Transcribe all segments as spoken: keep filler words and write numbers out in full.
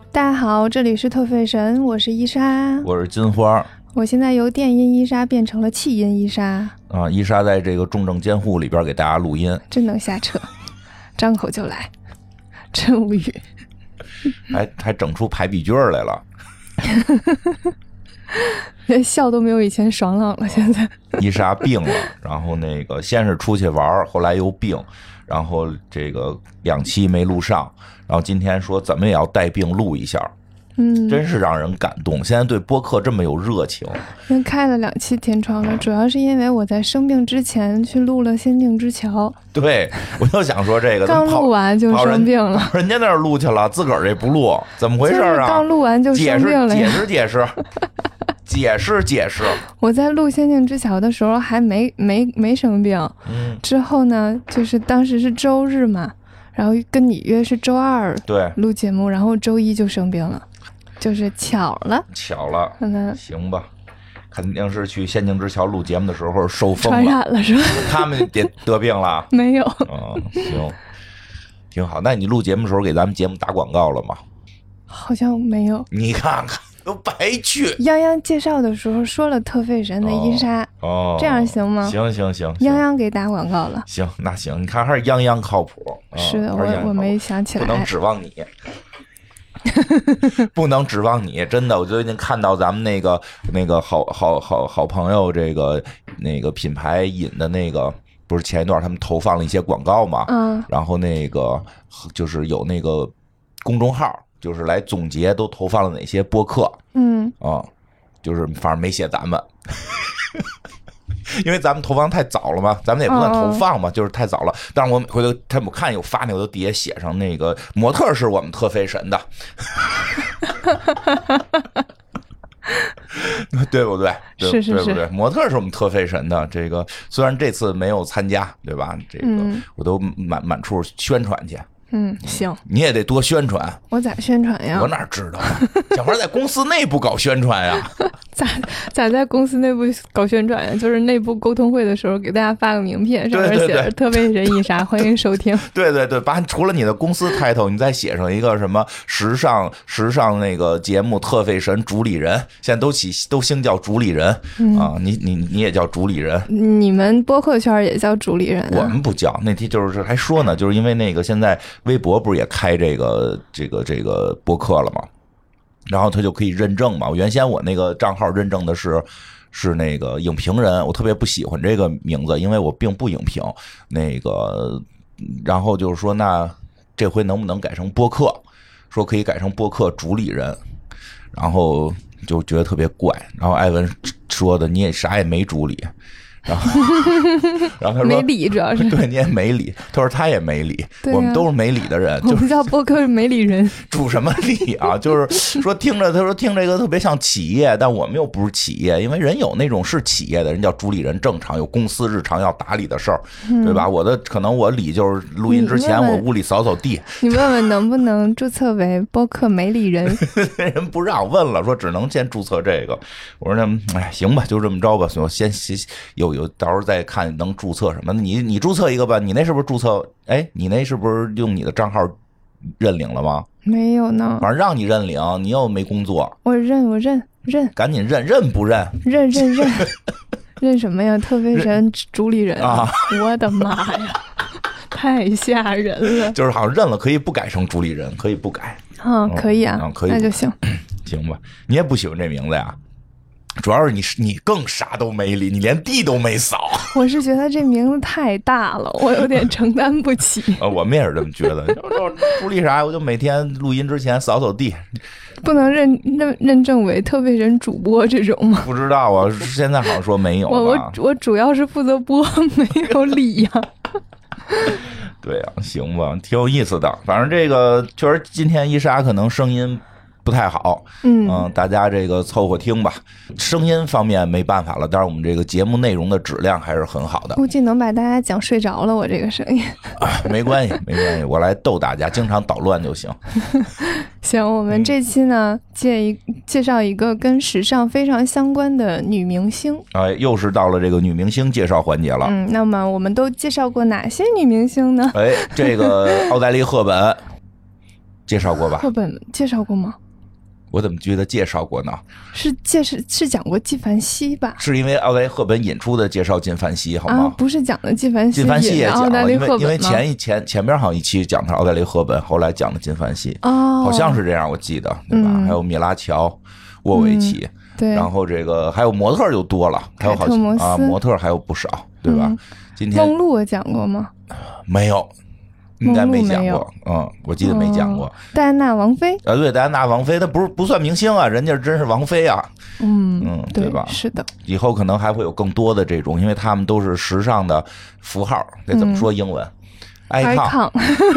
大家好，这里是特费神，我是伊莎， 我是金花。 我现在由电音伊莎变成了气音伊莎啊！伊莎在这个重症监护里边给大家录音， 真能瞎扯，张口就来，真无语， 还还整出排比句来了， 笑都没有以前爽朗了。现在伊莎病了，然后那个先是出去玩，后来又病，然后这个两期没录上，然后今天说怎么也要带病录一下。嗯，真是让人感动。现在对播客这么有热情， 因开了两期天窗了，主要是因为我在生病之前去录了《仙境之桥》。 对，我就想说这个， 刚录完就生病了， 人, 人家那儿录去了，自个儿这不录，怎么回事啊？ 刚录完就生病了， 解释解释解释解释。 我在录《仙境之桥》的时候还没没没生病， 嗯， 之后呢，就是当时是周日嘛，然后跟你约是周二对录节目，然后周一就生病了。就是巧了， 巧了， 嗯， 行吧，肯定是去仙境之桥录节目的时候受风了， 传染了是吧？ 他们也得病了？ 没有， 嗯，行，挺好。那你录节目的时候给咱们节目打广告了吗？ 好像没有。 你看看，都白去。 泱泱介绍的时候说了特费神的伊莎， 哦， 这样行吗？ 行行行， 泱泱给打广告了。 行，那行，你看还是泱泱靠谱。嗯、 是的，我我没想起来， 不能指望你。不能指望你，真的，我最近看到咱们那个那个好好好好朋友这个那个品牌引的那个，不是前一段他们投放了一些广告嘛， 嗯， 然后那个就是有那个公众号，就是来总结都投放了哪些播客， 嗯啊、嗯，就是反正没写咱们。因为咱们投放太早了嘛，咱们也不算投放嘛，哦、就是太早了。但是我每回都，他我看有发那个，我都底下写上那个模特是我们特费神的，对不对？对是是是， 对不对？模特是我们特费神的。这个虽然这次没有参加，对吧？这个、嗯、我都满满处宣传去。 嗯，行， 你也得多宣传。 我咋宣传呀？ 我哪知道啊？小花在公司内部搞宣传呀。 咋咋在公司内部搞宣传呀？就是内部沟通会的时候，给大家发个名片，上面写着“特费神伊莎”，欢迎收听。 对对对，把除了你的公司 title， 你再写上一个什么时尚时尚那个节目特费神主理人，现在都起都兴叫主理人、嗯、啊，你你你也叫主理人， 你们播客圈也叫主理人、啊？ 我们不叫，那天就是还说呢，就是因为那个现在微博不是也开这个这个这个播客了吗？然后他就可以认证嘛。原先我那个账号认证的是是那个影评人，我特别不喜欢这个名字，因为我并不影评那个。然后就是说，那这回能不能改成播客？说可以改成播客主理人，然后就觉得特别怪。然后艾文说的，你也啥也没主理。然后，然后他说没理，主要是对你也没理。他说他也没理、啊，我们都是没理的人。 我们叫播客是没理人， 主什么理啊？就是说听着，他说听这个特别像企业，但我们又不是企业，因为人有那种是企业的人叫主理人，正常有公司日常要打理的事儿， 嗯、 对吧？我的可能我理就是录音之前我屋里扫扫地。 你问问能不能注册为播客没理人？ 人不让问了，说只能先注册这个。我说那哎行吧，就这么着吧。我先先有。有到时候再看能注册什么，你你注册一个吧，你那是不是注册？哎，你那是不是用你的账号认领了吗？ 没有呢， 反正让你认领，你又没工作。 我认，我认认， 赶紧认，认不认？ 认认认，认什么呀？特费神主理人啊！我的妈呀，太吓人了！ 就是好像认了，可以不改成主理人，可以不改。 啊、嗯，可以啊， 嗯、可以， 那就行。 行吧，你也不喜欢这名字呀？主要是你你更啥都没理，你连地都没扫。 我是觉得这名字太大了，我有点承担不起。 呃，我们也是这么觉得。主理啥，我就每天录音之前扫扫地。 不能认认认证为特费神主播这种吗？ 不知道啊，现在好像说没有吧。 我我我主要是负责播，没有理呀、啊。 对啊，行吧，挺有意思的。反正这个确实，今天伊莎可能声音不太好，嗯、呃，大家这个凑合听吧。声音方面没办法了，但是我们这个节目内容的质量还是很好的。 估计能把大家讲睡着了，我这个声音。 啊、没关系，没关系，我来逗大家，经常捣乱就行。 行，我们这期呢，介一介绍一个跟时尚非常相关的女明星。 哎，又是到了这个女明星介绍环节了。 嗯，那么我们都介绍过哪些女明星呢？ 哎，这个奥黛丽·赫本。 介绍过吧？ 赫本介绍过吗？ 我怎么觉得介绍过呢？ 是介绍是讲过纪梵希吧？ 是因为奥黛丽·赫本引出的介绍金凡熙，好吗？ 啊，不是讲的纪梵希， 金凡熙也讲了，因为因为前一前前边好像一期讲的是奥黛丽·赫本，后来讲的金凡熙， 哦， 好像是这样，我记得，对吧？ 嗯、 还有米拉乔、沃维奇、 嗯，对， 然后这个还有模特就多了，还有好像啊，模特还有不少，对吧？ 嗯、 今天梦露我讲过吗？ 没有。应该没讲过，嗯，我记得没讲过。 哦、戴安娜王妃啊，对，戴安娜王妃，她不是不算明星啊，人家真是王妃啊， 嗯嗯，对吧？ 是的， 以后可能还会有更多的这种，因为他们都是时尚的符号，这怎么说英文？ 嗯、 icon，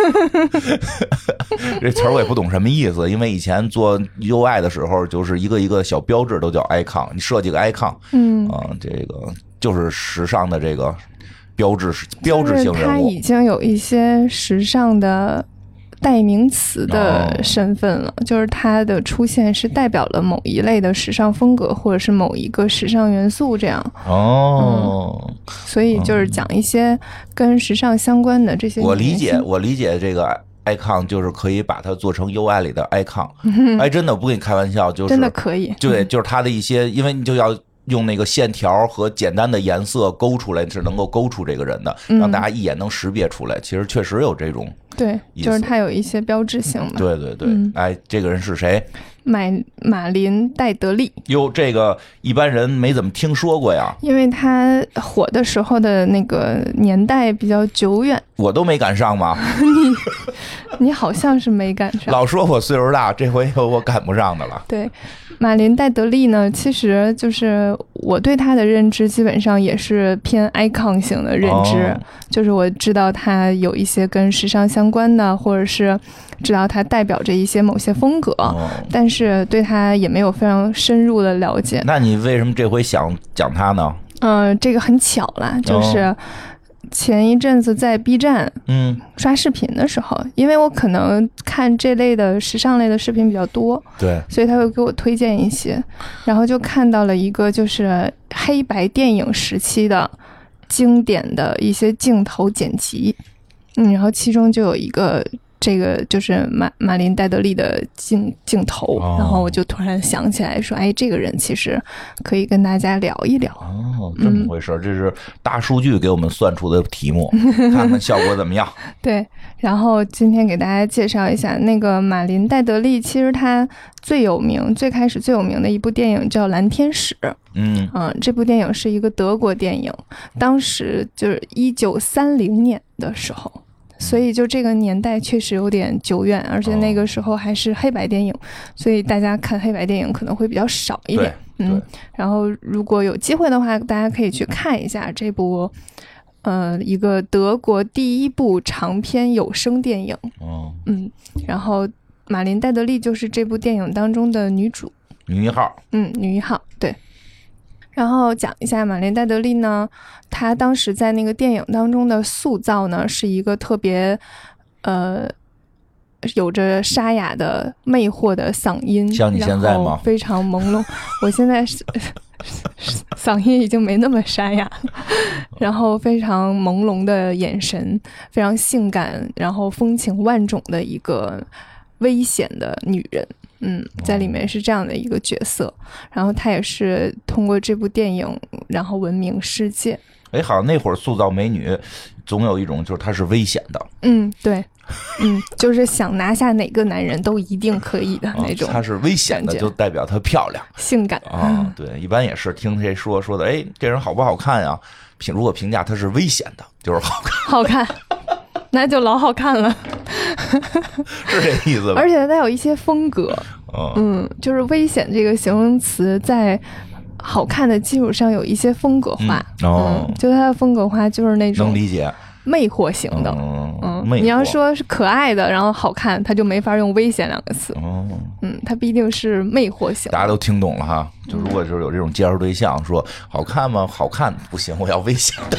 这词儿我也不懂什么意思，因为以前做 U I 的时候，就是一个一个小标志都叫 icon， 你设计个 icon， 嗯啊，这个就是时尚的这个。标志标志性人物， 他已经有一些时尚的代名词的身份了，哦、就是他的出现是代表了某一类的时尚风格，或者是某一个时尚元素这样。 哦、 嗯，所以就是讲一些跟时尚相关的这些。 我理解，我理解这个 icon 就是可以把它做成 U I 里的 icon，嗯、哎，真的不跟你开玩笑，就是真的可以。 对，就是它的一些，因为你就要。用那个线条和简单的颜色勾出来，是能够勾出这个人的，让大家一眼能识别出来。嗯、其实确实有这种， 对，就是它有一些标志性嘛。 对对对， 嗯、 哎，这个人是谁？ 马马琳戴德利。 哟，这个一般人没怎么听说过呀， 因为他火的时候的那个年代比较久远， 我都没赶上嘛。 你你好像是没赶上， 老说我岁数大，这回有我赶不上的了。 对。马琳戴德利呢，其实就是我对她的认知基本上也是偏 icon 型的认知，哦、就是我知道她有一些跟时尚相关的，或者是知道她代表着一些某些风格，哦、但是对她也没有非常深入的了解。 那你为什么这回想讲她呢？ 嗯、呃，这个很巧啦，就是。哦前一阵子在 B 站嗯刷视频的时候，嗯、因为我可能看这类的时尚类的视频比较多， 对， 所以他会给我推荐一些，然后就看到了一个就是黑白电影时期的经典的一些镜头剪辑，嗯，然后其中就有一个这个就是马马琳戴德利的镜镜头，哦、然后我就突然想起来说，哎，这个人其实可以跟大家聊一聊。 哦，这么回事，嗯、这是大数据给我们算出的题目，看看效果怎么样。对， 然后今天给大家介绍一下那个马琳戴德利，其实他最有名、最开始最有名的一部电影叫《蓝天使》。 嗯嗯，这部电影是一个德国电影，当时就是一九三零年的时候。所以就这个年代确实有点久远，而且那个时候还是黑白电影，所以大家看黑白电影可能会比较少一点。嗯，然后如果有机会的话，大家可以去看一下这部，呃，一个德国第一部长篇有声电影。 哦， 嗯，然后马琳戴德利就是这部电影当中的女主， 女一号。 嗯，女一号，对。然后讲一下马琳戴德利呢，她当时在那个电影当中的塑造呢，是一个特别呃有着沙哑的魅惑的嗓音， 像你现在吗？ 非常朦胧。我现在是嗓音已经没那么沙哑，然后非常朦胧的眼神，非常性感，然后风情万种的一个危险的女人。嗯，在里面是这样的一个角色，然后她也是通过这部电影，然后闻名世界。 哎，好像那会儿塑造美女，总有一种就是她是危险的。 嗯，对，嗯，就是想拿下哪个男人都一定可以的那种。 她、哦、是危险的，就代表她漂亮、 性感啊、哦。对，一般也是听谁说说的，哎，这人好不好看呀？评如果评价她是危险的，就是好看， 好看。那就老好看了， 是这意思吧？ 而且它有一些风格， 哦、 嗯，就是危险这个形容词在好看的基础上有一些风格化， 嗯，哦、 嗯就它的风格化就是那种能理解魅惑型的， 嗯， 嗯魅惑你要说是可爱的，然后好看，它就没法用危险两个词， 哦， 嗯，它必定是魅惑型的。 大家都听懂了哈。就如果就是有这种介绍对象说好看吗？好看不行，我要危险的。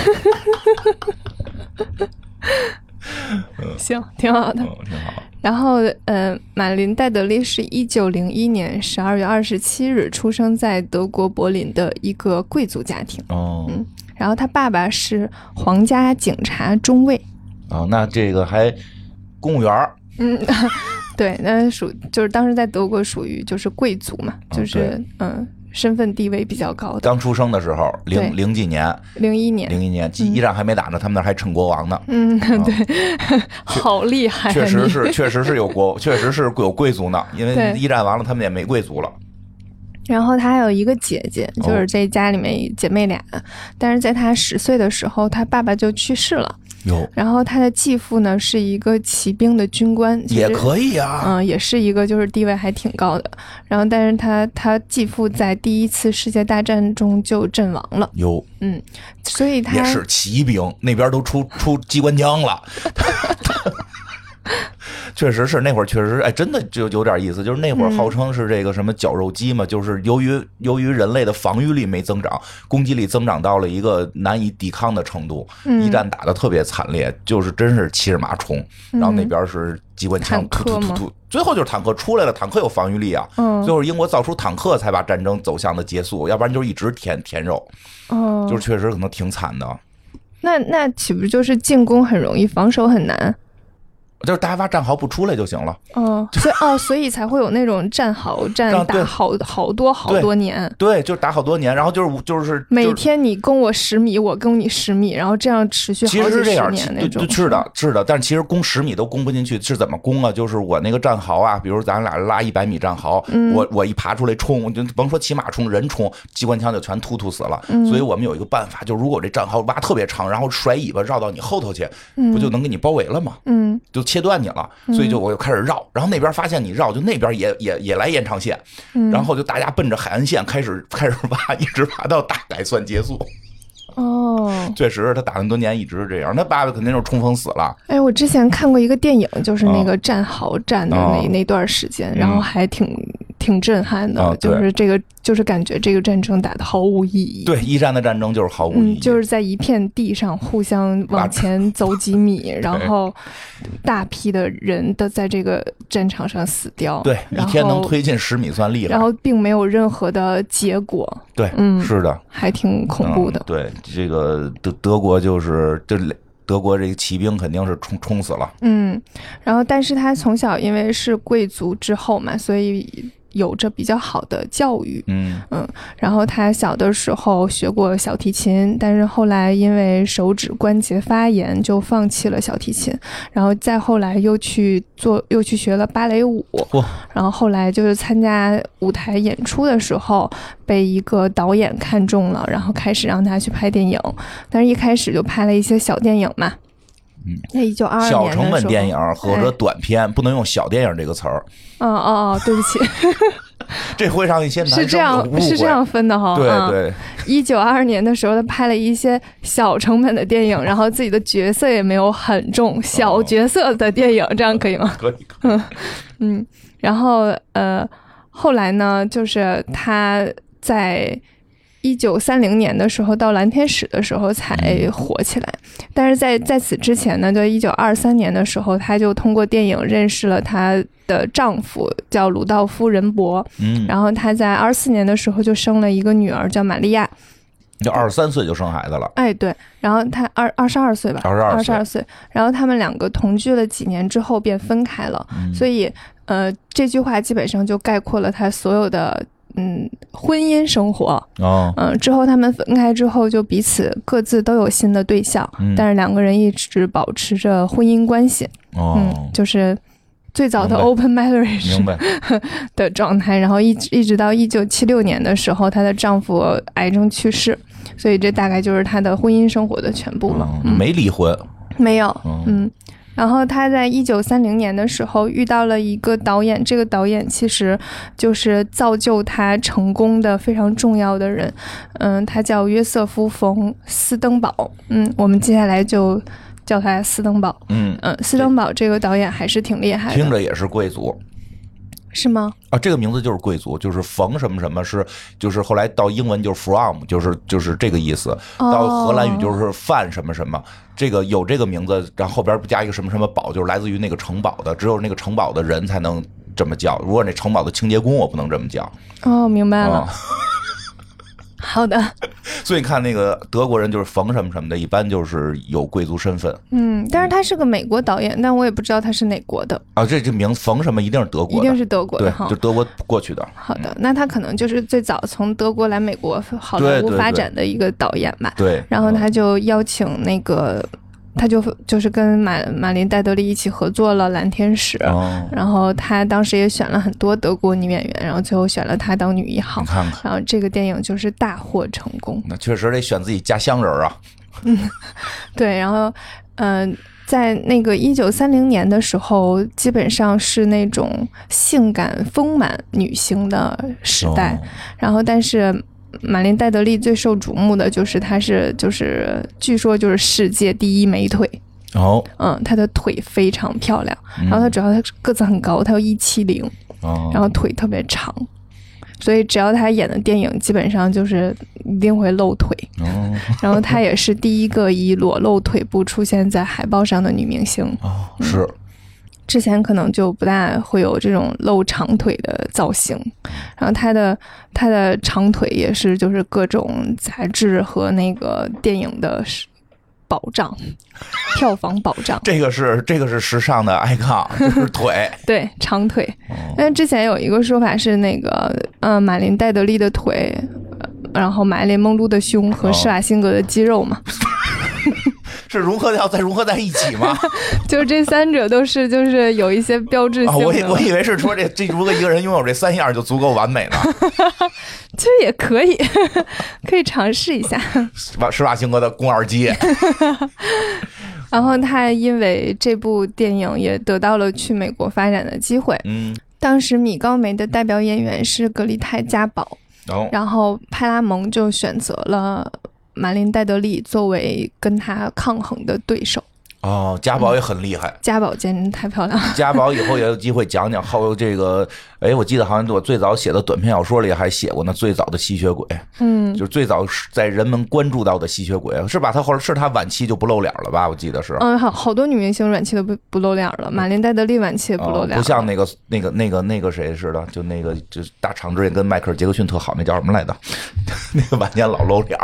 行，挺好的， 嗯、挺好。 然后，呃，马琳戴德利是一九零一年十二月二十七日出生在德国柏林的一个贵族家庭。 哦， 嗯，然后他爸爸是皇家警察中尉。 哦，那这个还公务员。 嗯， 对，那属就是当时在德国属于就是贵族嘛，就是嗯、呃、身份地位比较高的。 刚出生的时候，零零几年， 零一年， 零一年，一战还没打呢，他们那还称国王呢。 嗯，对，好厉害、啊， 确实是，确实是有国，确实是有贵族呢，因为一战完了，他们也没贵族了。 然后他还有一个姐姐，就是这家里面姐妹俩，哦、但是在他十岁的时候，他爸爸就去世了。 有， 然后他的继父呢是一个骑兵的军官， 也可以啊， 嗯，也是一个就是地位还挺高的。然后，但是他他继父在第一次世界大战中就阵亡了。 有， 嗯，所以他也是骑兵，那边都出出机关枪了。确实是那会儿，确实哎，真的就有点意思。就是那会儿号称是这个什么绞肉机嘛，嗯、就是由于由于人类的防御力没增长，攻击力增长到了一个难以抵抗的程度。嗯、一战打得特别惨烈，就是真是骑着马冲，嗯、然后那边是机关枪突突突突，最后就是坦克出来了，坦克有防御力啊。嗯、最后英国造出坦克才把战争走向了结束，要不然就是一直舔舔肉。哦，就是确实可能挺惨的。 那那岂不就是进攻很容易，防守很难？ 就是大家把战壕不出来就行了。 哦，所以哦，所以才会有那种战壕战打好好多好多年。 对，就是打好多年，然后就是就是每天你攻我十米，我攻你十米，然后这样持续好几十年那种。 是的，是的，但是其实攻十米都攻不进去，是怎么攻啊？就是我那个战壕啊，比如咱俩拉一百米战壕，嗯、我我一爬出来冲，我就甭说骑马冲，人冲，机关枪就全突突死了。嗯、所以我们有一个办法，就如果我这战壕挖特别长，然后甩尾巴绕到你后头去，嗯、不就能给你包围了吗？嗯，就切断你了，所以就我就开始绕，然后那边发现你绕，就那边也也也来延长线，然后就大家奔着海岸线开始开始挖，一直挖到大改算结束。哦，确实，他打那么多年一直是这样。他爸爸肯定就是冲锋死了。 哎，我之前看过一个电影，就是那个战壕战的那、哦、那段时间，然后还挺。挺震撼的， 啊、 就是这个，就是感觉这个战争打得毫无意义。 对，一战的战争就是毫无意义， 嗯、就是在一片地上互相往前走几米，然后大批的人都在这个战场上死掉。 对，一天能推进十米算厉害。 然后并没有任何的结果。 对，嗯，是的， 还挺恐怖的。 嗯、对，这个德德国就是这。德国这个骑兵肯定是冲冲死了， 嗯，然后但是他从小因为是贵族之后嘛，所以有着比较好的教育，嗯嗯，然后他小的时候学过小提琴，但是后来因为手指关节发炎就放弃了小提琴，然后再后来又去做又去学了芭蕾舞，然后后来就是参加舞台演出的时候被一个导演看中了，然后开始让他去拍电影，但是一开始就拍了一些小电影嘛。嗯，那一九二二年小成本电影或者短片，哎、不能用小电影这个词儿。 哦哦哦，对不起， 这会让一些男生是这样是这样分的哈。 对对， 一九二二年的时候，他拍了一些小成本的电影，然后自己的角色也没有很重，小角色的电影，哦、这样可以吗？ 可以可以。 嗯，然后呃，后来呢，就是他在。一九三零年的时候到蓝天使的时候才火起来，但是在在此之前呢，就一九二三年的时候，她就通过电影认识了她的丈夫，叫鲁道夫·任伯。嗯，然后她在二四年的时候就生了一个女儿，叫玛利亚。 就二十三岁就生孩子了。 哎，对，然后她二二十二岁吧， 二十二二十二岁，然后他们两个同居了几年之后便分开了，嗯、所以呃，这句话基本上就概括了她所有的。嗯，婚姻生活哦，嗯，之后他们分开之后，就彼此各自都有新的对象，嗯、但是两个人一直保持着婚姻关系，哦、嗯，就是最早的 open marriage 明白的状态，然后一直一直到一九七六年的时候，她的丈夫癌症去世，所以这大概就是她的婚姻生活的全部了， 嗯、没离婚， 没有，嗯。嗯然后他在一九三零年的时候遇到了一个导演，这个导演其实就是造就他成功的非常重要的人，嗯，他叫约瑟夫·冯·斯登堡，嗯，我们接下来就叫他斯登堡，嗯嗯，斯登堡这个导演还是挺厉害的， 听着也是贵族。 是吗？ 啊，这个名字就是贵族，就是冯什么什么是，就是后来到英文就是 from， 就是就是这个意思。到荷兰语就是范什么什么，这个有这个名字，然后后边加一个什么什么堡，就是来自于那个城堡的，只有那个城堡的人才能这么叫。如果那城堡的清洁工，我不能这么叫。 哦，明白了。哦好的。 所以你看那个德国人就是冯什么什么的，一般就是有贵族身份。 嗯，但是他是个美国导演，但我也不知道他是哪国的啊。这这名冯什么一定是德国的， 一定是德国的， 对，就德国过去的。 好的，那他可能就是最早从德国来美国好莱坞发展的一个导演吧。 对， 然后他就邀请那个。他就就是跟马马琳戴德利一起合作了《蓝天使》，哦，然后他当时也选了很多德国女演员，然后最后选了她当女一号。 你看看， 然后这个电影就是大获成功。 那确实得选自己家乡人啊。 嗯，对，然后嗯、呃，在那个一九三零年的时候，基本上是那种性感丰满女星的时代，哦，然后但是。马琳戴德利最受瞩目的就是她是就是据说就是世界第一美腿哦， 嗯，她的腿非常漂亮，然后她主要她个子很高，她有一七零，然后腿特别长，所以只要她演的电影基本上就是一定会露腿，哦，然后她也是第一个以裸露腿部出现在海报上的女明星， 哦，是。嗯， 之前可能就不大会有这种露长腿的造型，然后他的他的长腿也是就是各种杂志和那个电影的保障，票房保障。 这个是这个是时尚的 icon， 就是腿， 对，长腿。但是之前有一个说法是那个呃马琳戴德利的腿，然后玛丽莲梦露的胸和施瓦辛格的肌肉嘛。 是融合要再融合在一起吗？ 就这三者都是就是有一些标志性的。 哦，我以我以为是说这这如果一个人拥有这三样就足够完美了。 其实也可以，可以尝试一下。 施瓦辛格的肱二肌。 然后他因为这部电影也得到了去美国发展的机会。 嗯， 当时米高梅的代表演员是格丽泰·嘉宝， 哦， 然后派拉蒙就选择了马琳戴德利作为跟他抗衡的对手。 哦，嘉宝也很厉害， 嘉宝简直太漂亮了。 嘉宝以后也有机会讲讲后这个，哎，我记得好像我最早写的短篇小说里还写过那最早的吸血鬼， 嗯， 就是最早在人们关注到的吸血鬼，是吧？他后来是他晚期就不露脸了吧？我记得是， 嗯，好好多女明星晚期都不不露脸了，马琳戴德利晚期也不露脸了， 哦，不像那个那个那个那个谁似的，就那个就大长直也跟迈克尔杰克逊特好，那叫什么来着？那个晚年老露脸。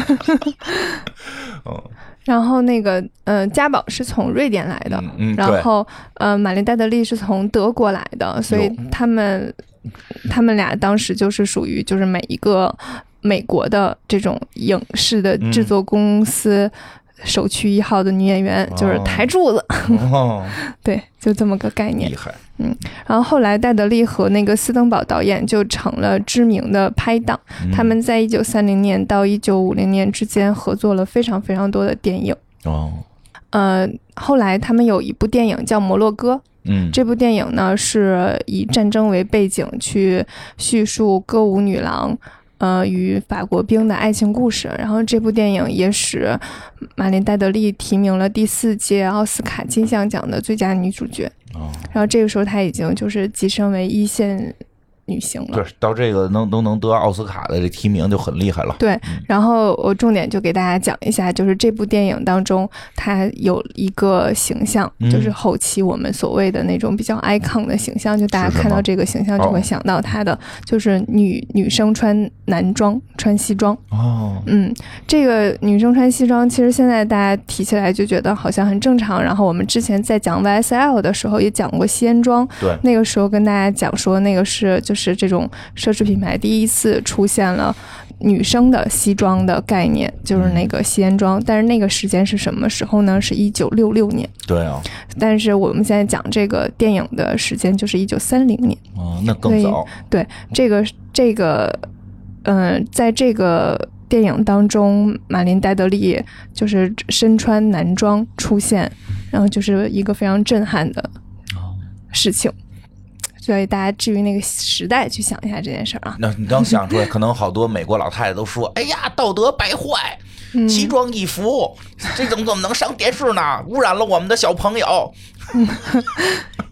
嗯。 然后那个呃，嘉宝是从瑞典来的， 嗯嗯， 然后呃，马琳戴德利是从德国来的，所以他们他们俩当时就是属于就是每一个美国的这种影视的制作公司首屈一号的女演员，嗯，就是台柱子， 哦， 对，就这么个概念， 厉害。 嗯，然后后来戴德利和那个斯登堡导演就成了知名的拍档，嗯，他们在一九三零年到一九五零年之间合作了非常非常多的电影。 哦， 呃，后来他们有一部电影叫《摩洛哥》， 嗯， 这部电影呢是以战争为背景去叙述歌舞女郎呃与法国兵的爱情故事，然后这部电影也使马琳戴德利提名了第四届奥斯卡金像奖的最佳女主角。 哦， 然后这个时候她已经就是跻身为一线女星了。 对，到这个能都能得奥斯卡的这提名就很厉害了。 对，然后我重点就给大家讲一下，就是这部电影当中，它有一个形象， 嗯， 就是后期我们所谓的那种比较 icon 的形象，就大家看到这个形象就会想到它的，就是女女生穿男装，穿西装。 哦， 嗯，这个女生穿西装，其实现在大家提起来就觉得好像很正常。然后我们之前在讲 Y S L 的时候也讲过西安装， 对， 那个时候跟大家讲说，那个是就是这种奢侈品牌第一次出现了女生的西装的概念，就是那个西安装。但是那个时间是什么时候呢？是一九六六年。 对啊。 但是我们现在讲这个电影的时间就是一九三零年。 哦，那更早。 对，这个这个，嗯、呃，在这个电影当中，马琳戴德利就是身穿男装出现，然后就是一个非常震撼的事情。所以大家至于那个时代去想一下这件事儿啊。 那你刚想出来，可能好多美国老太太都说：“哎呀，道德败坏，奇装异服，这怎么怎么能上电视呢？污染了我们的小朋友。”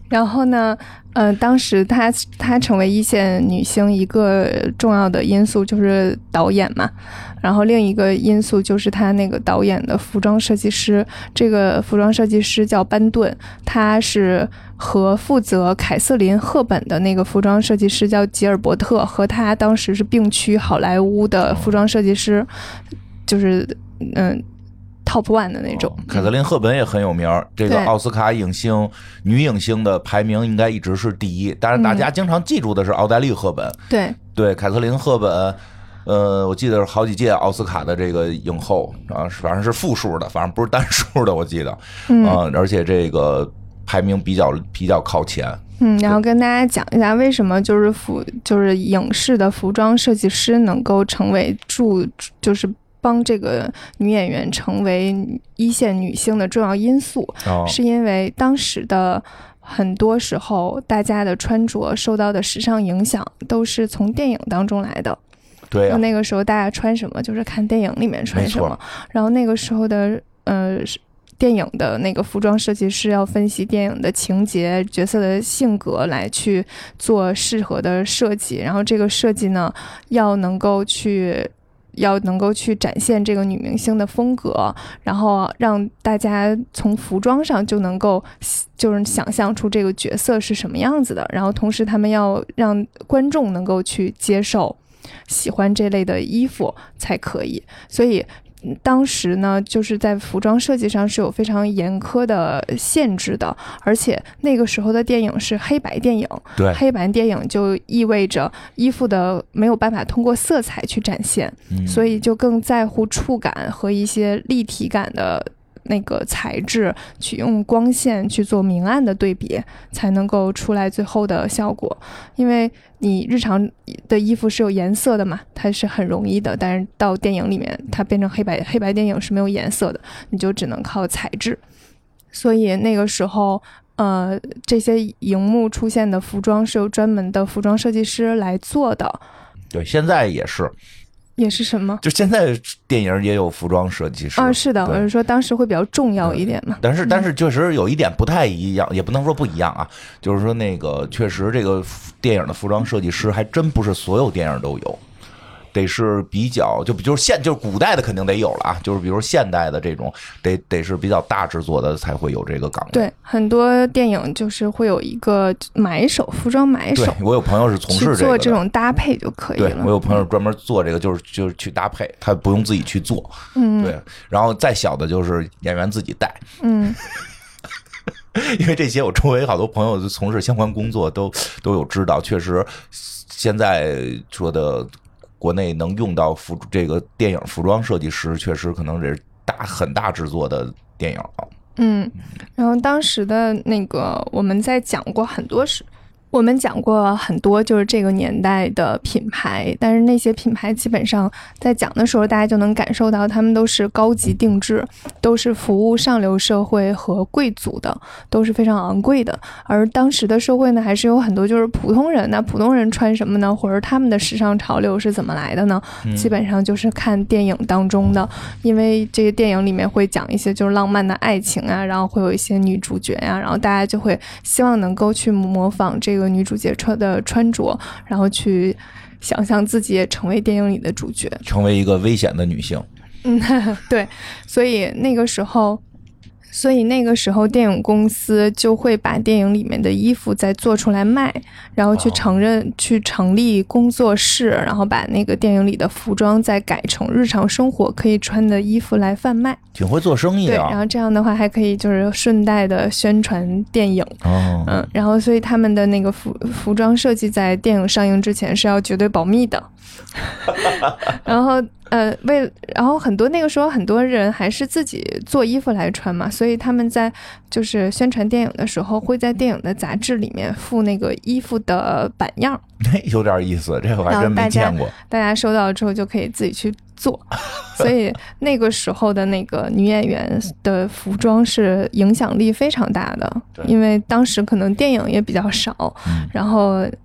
然后呢，呃，当时她她成为一线女星一个重要的因素就是导演嘛，然后另一个因素就是她那个导演的服装设计师，这个服装设计师叫班顿，他是和负责凯瑟琳·赫本的那个服装设计师叫吉尔伯特，和他当时是并驱好莱坞的服装设计师，就是嗯。top one 的那种， 哦、凯瑟琳·赫本也很有名，这个奥斯卡影星女影星的排名应该一直是第一，但是大家经常记住的是奥黛丽·赫本。 对对，凯瑟琳·赫本，呃，我记得是好几届奥斯卡的这个影后啊，反正是复数的，反正不是单数的，我记得，嗯、呃，而且这个排名比较比较靠前。 嗯，然后跟大家讲一下为什么就是服就是影视的服装设计师能够成为助就是。帮这个女演员成为一线女星的重要因素，哦、是因为当时的很多时候大家的穿着受到的时尚影响都是从电影当中来的。 对、啊， 那个时候大家穿什么就是看电影里面穿什么，然后那个时候的呃电影的那个服装设计师要分析电影的情节、角色的性格来去做适合的设计，然后这个设计呢要能够去。要能够去展现这个女明星的风格，然后让大家从服装上就能够就是想象出这个角色是什么样子的，然后同时他们要让观众能够去接受喜欢这类的衣服才可以，所以当时呢就是在服装设计上是有非常严苛的限制的，而且那个时候的电影是黑白电影， 对， 黑白电影就意味着衣服的没有办法通过色彩去展现、嗯、所以就更在乎触感和一些立体感的那个材质，去用光线去做明暗的对比，才能够出来最后的效果。因为你日常的衣服是有颜色的嘛，它是很容易的，但是到电影里面它变成黑白黑白电影是没有颜色的，你就只能靠材质。所以那个时候呃，这些荧幕出现的服装是由专门的服装设计师来做的。 对，现在也是也是什么？ 就现在电影也有服装设计师啊，是的，我是说当时会比较重要一点嘛。 但是但是确实有一点不太一样，也不能说不一样啊，就是说那个确实这个电影的服装设计师还真不是所有电影都有。得是比较就就是现就是古代的肯定得有了啊，就是比如现代的这种得得是比较大制作的才会有这个岗位。 对，很多电影就是会有一个买手，服装买手。 对，我有朋友是从事这个的， 去做这种搭配就可以了。 对，我有朋友专门做这个，就是就是去搭配，他不用自己去做。嗯，对。然后再小的就是演员自己带。嗯。因为这些我周围好多朋友从事相关工作都都有知道，确实现在说的。国内能用到服这个电影服装设计师，确实可能是大很大制作的电影啊。 嗯，然后当时的那个我们在讲过很多事。我们讲过很多就是这个年代的品牌，但是那些品牌基本上在讲的时候大家就能感受到他们都是高级定制，都是服务上流社会和贵族的，都是非常昂贵的。而当时的社会呢还是有很多就是普通人，那普通人穿什么呢，或者他们的时尚潮流是怎么来的呢、嗯、基本上就是看电影当中的，因为这个电影里面会讲一些就是浪漫的爱情啊，然后会有一些女主角啊，然后大家就会希望能够去模仿这个女主角穿的穿着，然后去想象自己也成为电影里的主角， 成为一个危险的女性。 嗯，对，所以那个时候所以那个时候电影公司就会把电影里面的衣服再做出来卖，然后去承认、哦、去成立工作室，然后把那个电影里的服装再改成日常生活可以穿的衣服来贩卖。 挺会做生意的、啊、 对，然后这样的话还可以就是顺带的宣传电影。哦，嗯，然后所以他们的那个服服装设计在电影上映之前是要绝对保密的。然后呃，为然后很多那个时候很多人还是自己做衣服来穿嘛，所以他们在就是宣传电影的时候会在电影的杂志里面附那个衣服的版样。 有点意思，这个我还真没见过。 大家收到之后就可以自己去做。所以那个时候的那个女演员的服装是影响力非常大的，因为当时可能电影也比较少、嗯、然后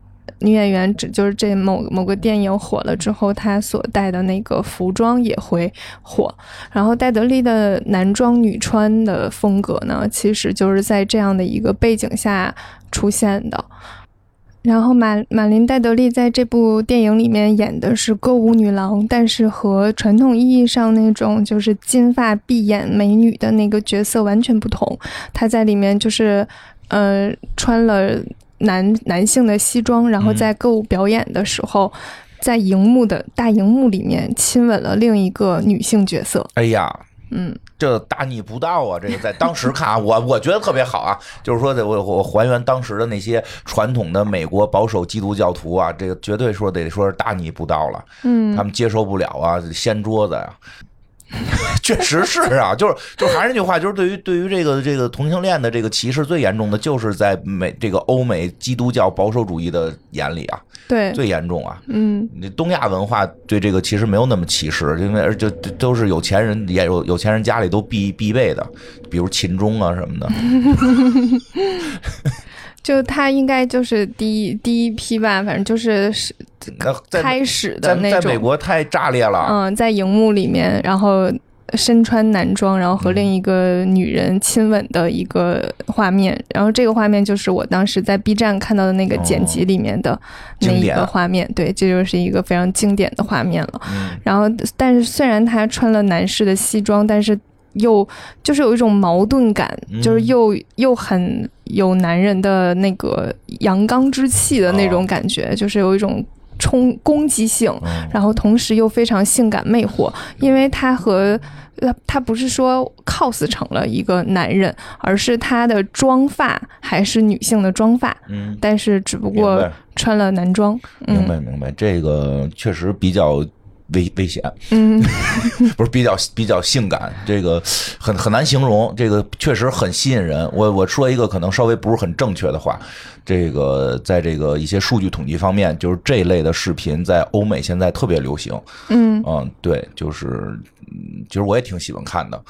女演员，就是这某某个电影火了之后，她所带的那个服装也会火。然后戴德利的男装女穿的风格呢，其实就是在这样的一个背景下出现的。然后马马琳戴德利在这部电影里面演的是歌舞女郎，但是和传统意义上那种就是金发碧眼美女的那个角色完全不同。她在里面就是呃穿了男男性的西装，然后在歌舞表演的时候，嗯、在荧幕的大荧幕里面亲吻了另一个女性角色。 哎呀， 嗯。 这大逆不道啊！这个在当时看啊，我我觉得特别好啊，就是说的我我还原当时的那些传统的美国保守基督教徒啊，这个绝对说得说是大逆不道了，嗯，他们接受不了啊，掀桌子呀、啊。确实是啊，就是就还是那句话，就是对于对于这个这个同性恋的这个歧视最严重的，就是在美这个欧美基督教保守主义的眼里啊， 对， 最严重啊。 嗯， 东亚文化对这个其实没有那么歧视，因为而就都是有钱人也有有钱人家里都必必备的，比如秦钟啊什么的。 就他应该就是第一第一批吧，反正就是开始的那种， 在美国太炸裂了。 嗯，在荧幕里面，然后身穿男装，然后和另一个女人亲吻的一个画面，然后这个画面就是我当时在 B 站看到的那个剪辑里面的那一个画面，对，这就是一个非常经典的画面了。 嗯、 然后，但是虽然他穿了男士的西装，但是又就是有一种矛盾感， 嗯、 就是又又很有男人的那个阳刚之气的那种感觉，哦、就是有一种冲攻击性， 嗯、 然后同时又非常性感魅惑，因为他和他不是说 cos 成了一个男人，而是他的妆发还是女性的妆发， 嗯， 但是只不过穿了男装。 明白明白，这个确实比较危危险， 嗯， 不是比较比较性感，这个很很难形容，这个确实很吸引人。我我说一个可能稍微不是很正确的话，这个在这个一些数据统计方面，就是这一类的视频在欧美现在特别流行。 嗯嗯，对，就是其实我也挺喜欢看的。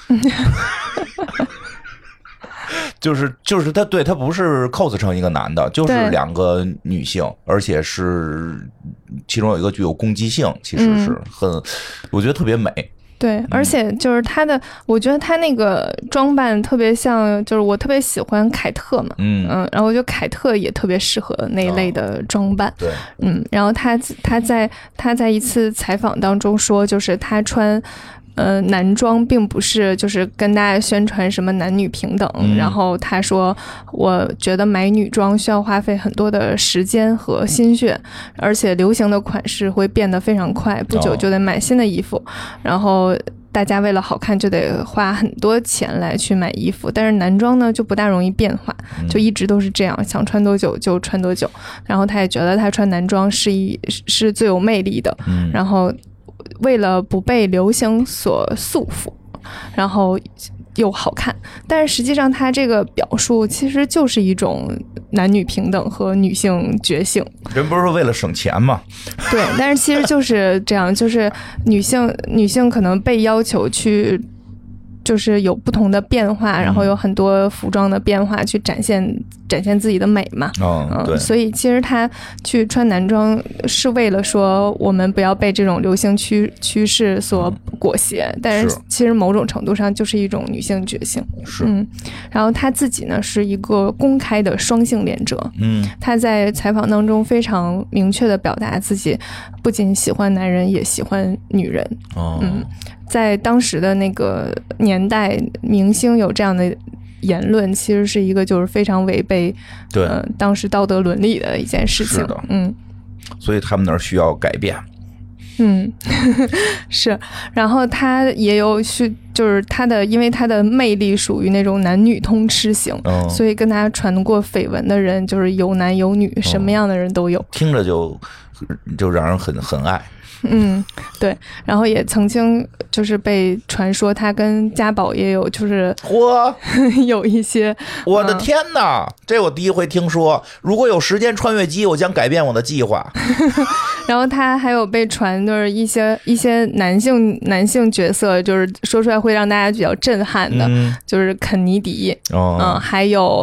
就是就是他对他不是 cos 成一个男的，就是两个女性，而且是其中有一个具有攻击性，其实是很，嗯、我觉得特别美。 对，而且就是他的，我觉得他那个装扮特别像，就是我特别喜欢凯特嘛， 嗯嗯，然后我觉得凯特也特别适合那一类的装扮， 哦、对， 嗯，然后他他在他在一次采访当中说，就是他穿。呃，男装并不是就是跟大家宣传什么男女平等， 嗯、 然后他说，我觉得买女装需要花费很多的时间和心血，而且流行的款式会变得非常快，不久就得买新的衣服，哦、然后大家为了好看就得花很多钱来去买衣服，但是男装呢就不大容易变化，就一直都是这样，想穿多久就穿多久，然后他也觉得他穿男装是一是最有魅力的， 嗯、 然后为了不被流行所束缚，然后又好看，但是实际上他这个表述其实就是一种男女平等和女性觉醒。 人不是说为了省钱吗？ 对，但是其实就是这样，就是女性女性可能被要求去就是有不同的变化，然后有很多服装的变化去展现展现自己的美嘛。 嗯，嗯对。 所以其实她去穿男装是为了说我们不要被这种流行趋趋势所裹挟，嗯、但是其实某种程度上就是一种女性觉醒。 是。 嗯，然后她自己呢是一个公开的双性恋者。 嗯， 她在采访当中非常明确的表达自己不仅喜欢男人也喜欢女人。 哦。 嗯。在当时的那个年代，明星有这样的言论，其实是一个就是非常违背对、 呃、当时道德伦理的一件事情。 是的， 嗯， 所以他们那儿需要改变。 嗯，是，然后他也有去，就是他的，因为他的魅力属于那种男女通吃型， 哦、 所以跟他传过绯闻的人就是有男有女，哦、什么样的人都有， 听着就就让人很很爱。 嗯，对，然后也曾经就是被传说他跟家宝也有就是嚯有一些， 我的天哪，嗯、这我第一回听说。如果有时间穿越机，我将改变我的计划。 然后他还有被传就是一些一些男性男性角色，就是说出来会让大家比较震撼的，嗯、就是肯尼迪， 哦、 嗯，还有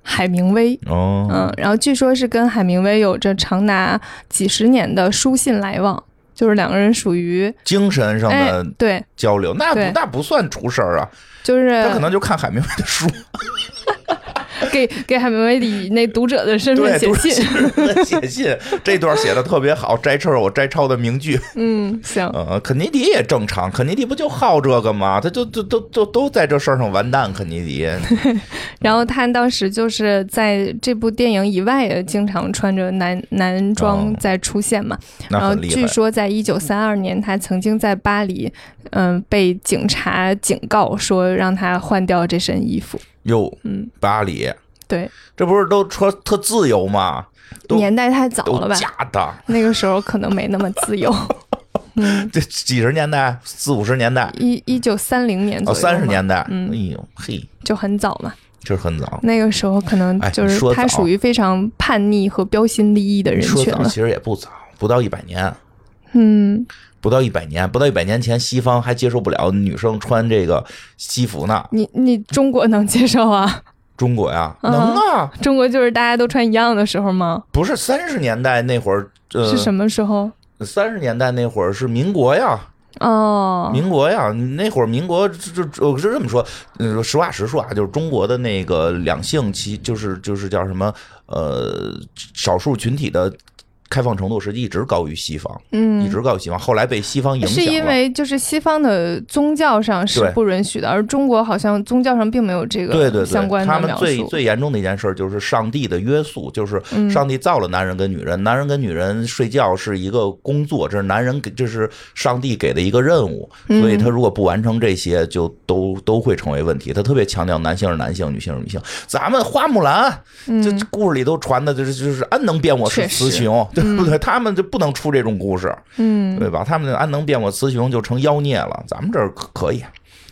海明威。 哦， 嗯，然后据说是跟海明威有着长达几十年的书信来往，就是两个人属于精神上的对交流，那不对那不算出事儿啊， 就是他可能就看海明威的书。 给给海明威以那读者的身份写信， 写信这段写的特别好，摘抄我摘抄的名句。 嗯，行， 呃，肯尼迪也正常，肯尼迪不就好这个吗？他就都都都都在这事儿上完蛋，肯尼迪。 然后他当时就是在这部电影以外也经常穿着男男装在出现嘛。 哦、然后据说在一九三二年，他曾经在巴黎，嗯、呃，被警察警告说让他换掉这身衣服。 哟， 嗯， 巴黎， 对， 这不是都说特自由吗？ 年代太早了吧？ 假的， 那个时候可能没那么自由。嗯， 这几十年代，四五十年代， 一一九三零年左右， 哦，三十年代， 嗯， 哎呦嘿， 就很早嘛， 就是很早。 那个时候可能就是他属于非常叛逆和标新立异的人群了。 其实也不早，不到一百年。 嗯。 不到一百年，不到一百年前，西方还接受不了女生穿这个西服呢。 你你中国能接受啊？ 中国呀，嗯、能啊。 中国就是大家都穿一样的时候吗？ 不是，三十年代那会儿，呃， 是什么时候？ 三十年代那会儿是民国呀。 哦， 民国呀，那会儿民国就我是这么说，呃，实话实说啊，就是中国的那个两性其就是就是叫什么呃少数群体的。开放程度是一直高于西方，嗯，一直高于西方。后来被西方影响了， 是因为就是西方的宗教上是不允许的，而中国好像宗教上并没有这个相关的描述。 对对对，他们最最严重的一件事就是上帝的约束，就是上帝造了男人跟女人，嗯、男人跟女人睡觉是一个工作，这是男人给，这是上帝给的一个任务，所以他如果不完成这些，就都都会成为问题。他特别强调男性是男性，女性是女性。咱们花木兰， 嗯、 这故事里都传的就是就是安能辨我是雌雄。对不对？他们就不能出这种故事， 嗯， 对吧？他们安能辨我雌雄就成妖孽了，咱们这儿可以，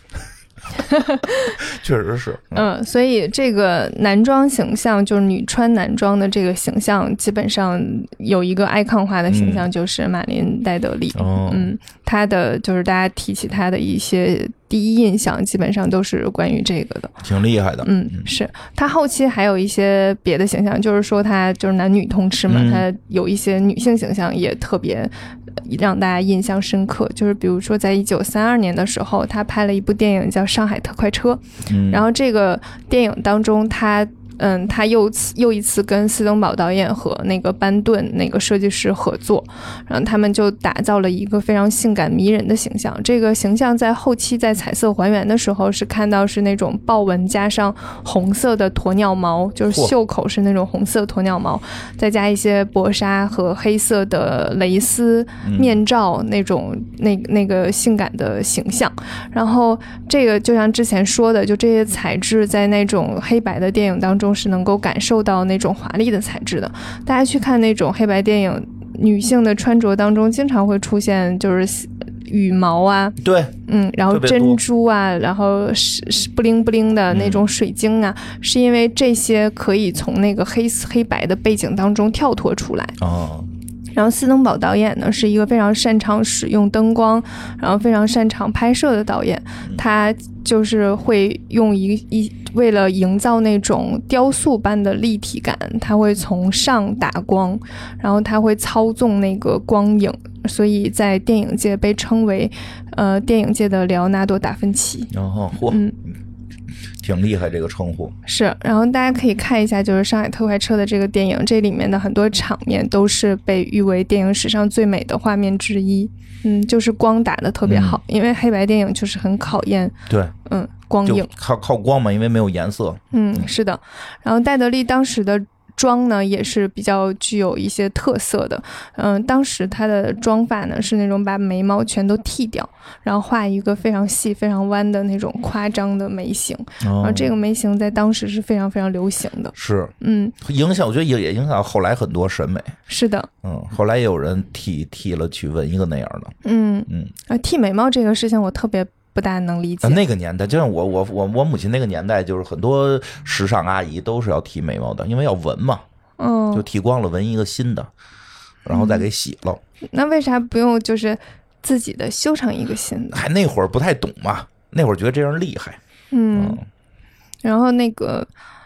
确实是。 嗯, 嗯，所以这个男装形象，就是女穿男装的这个形象，基本上有一个 icon 化的形象，就是玛琳戴德利。 嗯, 嗯，他的就是大家提起他的一些第一印象，基本上都是关于这个的， 挺厉害的。 嗯，是他后期还有一些别的形象，就是说他就是男女通吃嘛，嗯、他有一些女性形象也特别让大家印象深刻，就是比如说在一九三二年的时候，他拍了一部电影叫《上海特快车》， 嗯、 然后这个电影当中他。嗯，他又又一次跟斯登堡导演和那个班顿那个设计师合作，然后他们就打造了一个非常性感迷人的形象。这个形象在后期在彩色还原的时候是看到是那种豹纹加上红色的鸵鸟毛，就是袖口是那种红色鸵鸟毛，再加一些薄纱和黑色的蕾丝面罩，那种那那个性感的形象。然后这个就像之前说的，就这些材质在那种黑白的电影当中是能够感受到那种华丽的材质的。大家去看那种黑白电影，女性的穿着当中经常会出现就是羽毛啊， 对， 嗯，然后珍珠啊，然后是是不灵不灵的那种水晶啊，嗯、是因为这些可以从那个黑黑白的背景当中跳脱出来。 哦。 然后斯登堡导演呢是一个非常擅长使用灯光，然后非常擅长拍摄的导演，他就是会用一一为了营造那种雕塑般的立体感，他会从上打光，然后他会操纵那个光影，所以在电影界被称为呃电影界的里奥纳多·达芬奇。 哦，嚯，嗯。挺厉害这个称呼是，然后大家可以看一下就是上海特快车的这个电影，这里面的很多场面都是被誉为电影史上最美的画面之一。嗯，就是光打得特别好，嗯、因为黑白电影就是很考验对嗯光影， 靠靠光嘛，因为没有颜色。 嗯，是的。然后戴德利当时的妆呢也是比较具有一些特色的，嗯，当时他的妆发呢是那种把眉毛全都剃掉，然后画一个非常细非常弯的那种夸张的眉形，哦、然后这个眉形在当时是非常非常流行的， 是， 嗯， 影响我觉得也也影响后来很多审美， 是的， 嗯，后来也有人剃剃了去纹一个那样的， 嗯嗯，啊，剃眉毛这个事情我特别不大能理解。 那个年代，就像我我我我母亲那个年代，就是很多时尚阿姨都是要剃眉毛的，因为要纹嘛， 嗯， 就剃光了纹一个新的，然后再给洗了。 嗯、那为啥不用就是自己的修成一个新的？ 还那会儿不太懂嘛，那会儿觉得这样厉害。 嗯，嗯然后那个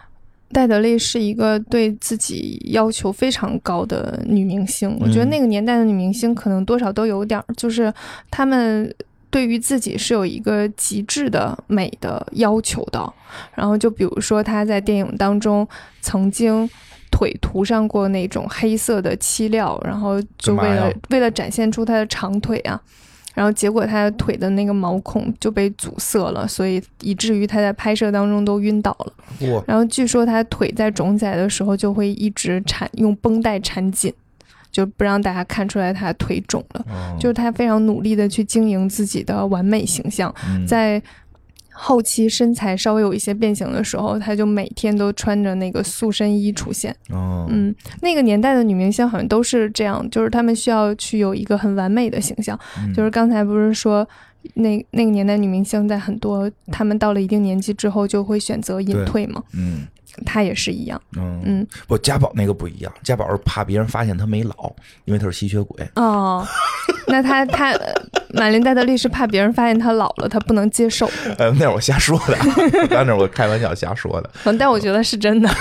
戴德利是一个对自己要求非常高的女明星，我觉得那个年代的女明星可能多少都有点，就是她们对于自己是有一个极致的美的要求的。然后就比如说她在电影当中曾经腿涂上过那种黑色的漆料，然后就为了为了展现出她的长腿啊，然后结果她的腿的那个毛孔就被阻塞了，所以以至于她在拍摄当中都晕倒了。然后据说她腿在肿起来的时候就会一直缠用绷带缠紧，就不让大家看出来她腿肿了。哦、就是她非常努力的去经营自己的完美形象，嗯、在后期身材稍微有一些变形的时候，她就每天都穿着那个塑身衣出现。哦，嗯，那个年代的女明星好像都是这样，就是她们需要去有一个很完美的形象。嗯、就是刚才不是说那那个年代女明星在很多她们到了一定年纪之后就会选择隐退嘛。嗯，她也是一样。 嗯嗯，不，家宝那个不一样，家宝是怕别人发现她没老，因为她是吸血鬼。 哦。那他他马琳戴德利是怕别人发现他老了，他不能接受。 呃，那是我瞎说的，刚才我开玩笑瞎说的。 嗯，但我觉得是真的。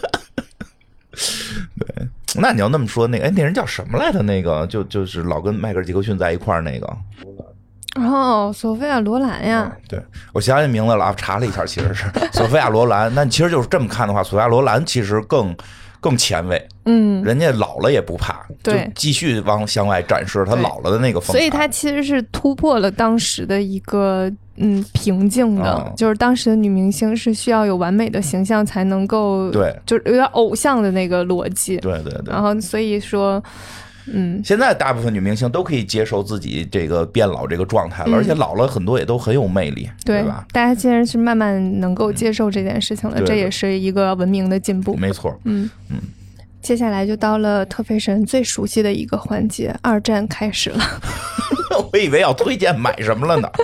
对，那你要那么说，那个哎，那人叫什么来着？那个就就是老跟迈克尔·杰克逊在一块儿那个。 哦，索菲亚·罗兰呀、 嗯。对，我想起名字了，查了一下，其实是索菲亚·罗兰。那其实就是这么看的话，索菲亚·罗兰其实更。更前卫，嗯，人家老了也不怕，就继续往向外展示他老了的那个风采。 所以他其实是突破了当时的一个嗯瓶颈的、哦，就是当时的女明星是需要有完美的形象才能够， 对， 就是有点偶像的那个逻辑， 对对对。 然后所以说。嗯， 现在大部分女明星都可以接受自己这个变老这个状态了、嗯，而且老了很多也都很有魅力， 对, 对吧？ 大家现在是慢慢能够接受这件事情了， 嗯、 这也是一个文明的进步。 没错， 嗯嗯。接下来就到了特费神最熟悉的一个环节，二战开始了。 我以为要推荐买什么了呢。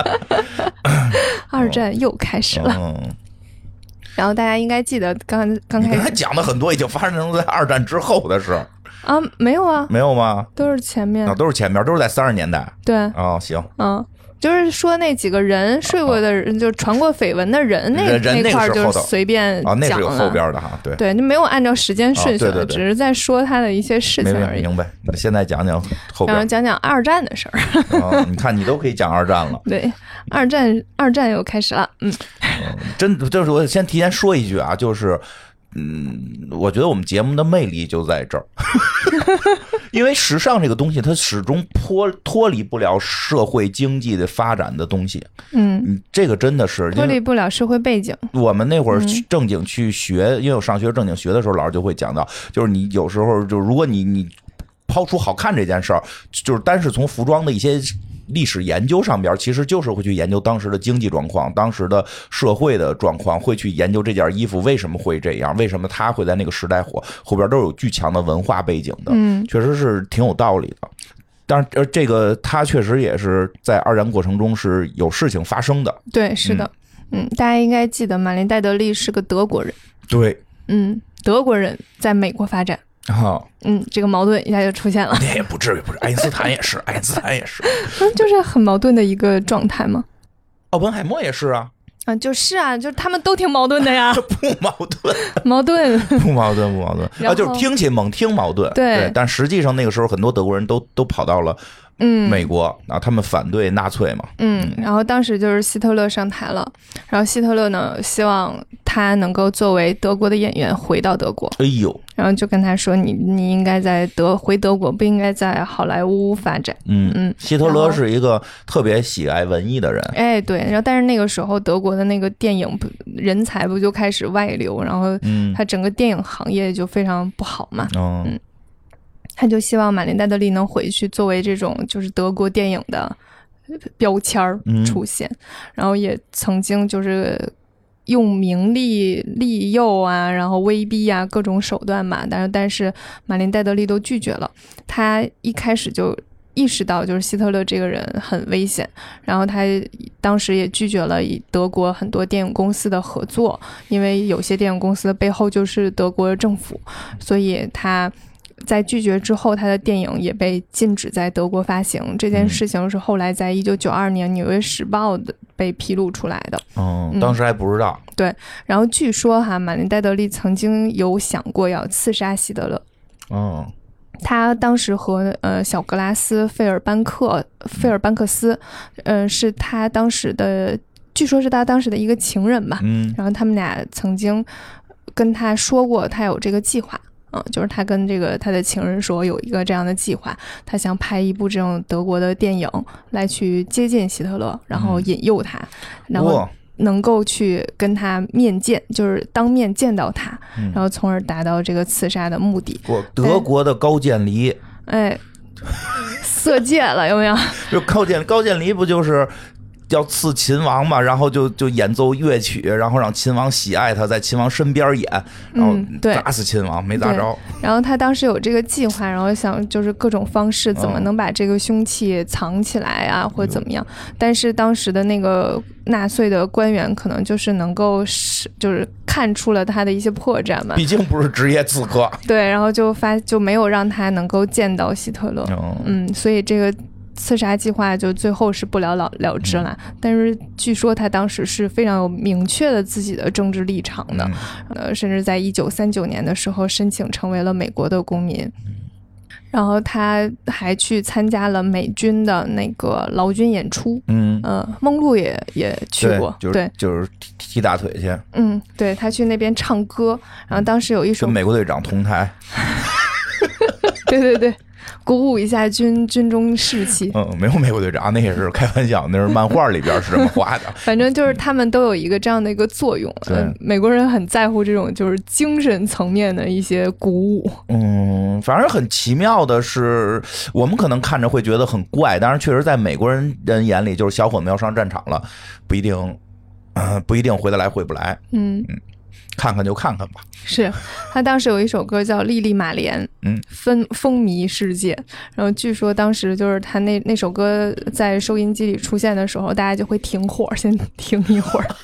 二战又开始了。嗯、然后大家应该记得刚刚开始， 你刚才讲的很多已经发生在二战之后的事。 啊，没有啊， 没有吗？ 都是前面啊，都是前面，都是在三十年代。 对， 哦，行， 嗯，就是说那几个人睡过的人，哦、就传过绯闻的人，那人那块就是随便讲了， 啊，那是有后边的哈，对对，就没有按照时间顺序了、 哦，对对对， 只是在说他的一些事情而已。 明白，现在讲讲后边， 然后讲讲二战的事儿。 哦，你看，你都可以讲二战了。 对，二战，二战又开始了，嗯， 嗯真的就是我先提前说一句啊，就是。嗯，我觉得我们节目的魅力就在这儿，因为时尚这个东西，它始终脱脱离不了社会经济的发展的东西。嗯，这个真的是脱离不了社会背景。 我们那会儿正经去学，因为我上学正经学的时候，老师就会讲到，就是你有时候就如果你你抛出好看这件事儿，就是单是从服装的一些。历史研究上边其实就是会去研究当时的经济状况，当时的社会的状况，会去研究这件衣服为什么会这样，为什么它会在那个时代火，后边都有巨强的文化背景的，嗯，确实是挺有道理的。但是这个它确实也是在二战过程中是有事情发生的。 对，是的，嗯，嗯大家应该记得马琳戴德利是个德国人。 对， 嗯，德国人在美国发展。 哦， 嗯，这个矛盾一下就出现了。 也不至于，不是，爱因斯坦也是，爱因斯坦也是， 嗯，就是很矛盾的一个状态嘛。 奥本海默也是啊， 啊，就是啊，就是他们都挺矛盾的呀。 不矛盾， 矛盾， 不矛盾，不矛盾，啊，就是听起猛听矛盾， 对， 对，但实际上那个时候很多德国人都都跑到了。嗯，美国啊，他们反对纳粹嘛。 嗯，然后当时就是希特勒上台了，然后希特勒呢希望他能够作为德国的演员回到德国。 哎呦， 然后就跟他说，你你应该在德回德国，不应该在好莱坞发展。 嗯嗯，希特勒是一个特别喜爱文艺的人。 哎，对，然后但是那个时候德国的那个电影人才不就开始外流，然后他整个电影行业就非常不好嘛。 嗯。嗯他就希望马琳戴德利能回去作为这种就是德国电影的标签出现、嗯、然后也曾经就是用名利利诱啊，然后威逼啊各种手段嘛，但是但是马琳戴德利都拒绝了。他一开始就意识到就是希特勒这个人很危险，然后他当时也拒绝了以德国很多电影公司的合作，因为有些电影公司的背后就是德国政府，所以他在拒绝之后，他的电影也被禁止在德国发行。这件事情是后来在一九九二年《纽约时报》的被披露出来的。 哦、嗯，当时还不知道。 对，然后据说哈，马林戴德利曾经有想过要刺杀希特勒。 哦。 他当时和呃小格拉斯费尔班克费尔班克斯，呃是他当时的，据说是他当时的一个情人吧。 嗯， 然后他们俩曾经跟他说过，他有这个计划。嗯，就是他跟这个他的情人说有一个这样的计划，他想拍一部这种德国的电影来去接近希特勒，然后引诱他，然后能够去跟他面见，就是当面见到他，然后从而达到这个刺杀的目的。 我德国的高渐离， 哎，色戒了有没有？ 就高渐高渐离不就是要刺秦王嘛，然后就就演奏乐曲，然后让秦王喜爱他，在秦王身边演，然后砸死秦王，嗯、没砸着。 然后他当时有这个计划，然后想就是各种方式怎么能把这个凶器藏起来啊，嗯、或者怎么样。但是当时的那个纳粹的官员可能就是能够是就是看出了他的一些破绽嘛， 毕竟不是职业刺客。 对，然后就发就没有让他能够见到希特勒。嗯，嗯所以这个。刺杀计划就最后是不了了了之了，嗯、但是据说他当时是非常有明确的自己的政治立场的，嗯、呃，甚至在一九三九年的时候申请成为了美国的公民，嗯、然后他还去参加了美军的那个劳军演出，嗯，呃，梦露也也去过， 对，就是就是踢大腿去， 嗯，对他去那边唱歌，然后当时有一首跟美国队长同台， 对对对。鼓舞一下军军中士气。 嗯，没有美国队长，那也是开玩笑，那是漫画里边是这么画的。 反正就是他们都有一个这样的一个作用。 对、 嗯，美国人很在乎这种就是精神层面的一些鼓舞。 嗯，反正很奇妙的是，我们可能看着会觉得很怪，但是确实在美国人人眼里，就是小伙子要上战场了，不一定，呃，不一定回得来回不来。嗯嗯。看看就看看吧。 是他当时有一首歌叫《莉莉玛莲》，嗯，风风靡世界。然后据说当时就是他那那首歌在收音机里出现的时候，大家就会停火，先停一会儿。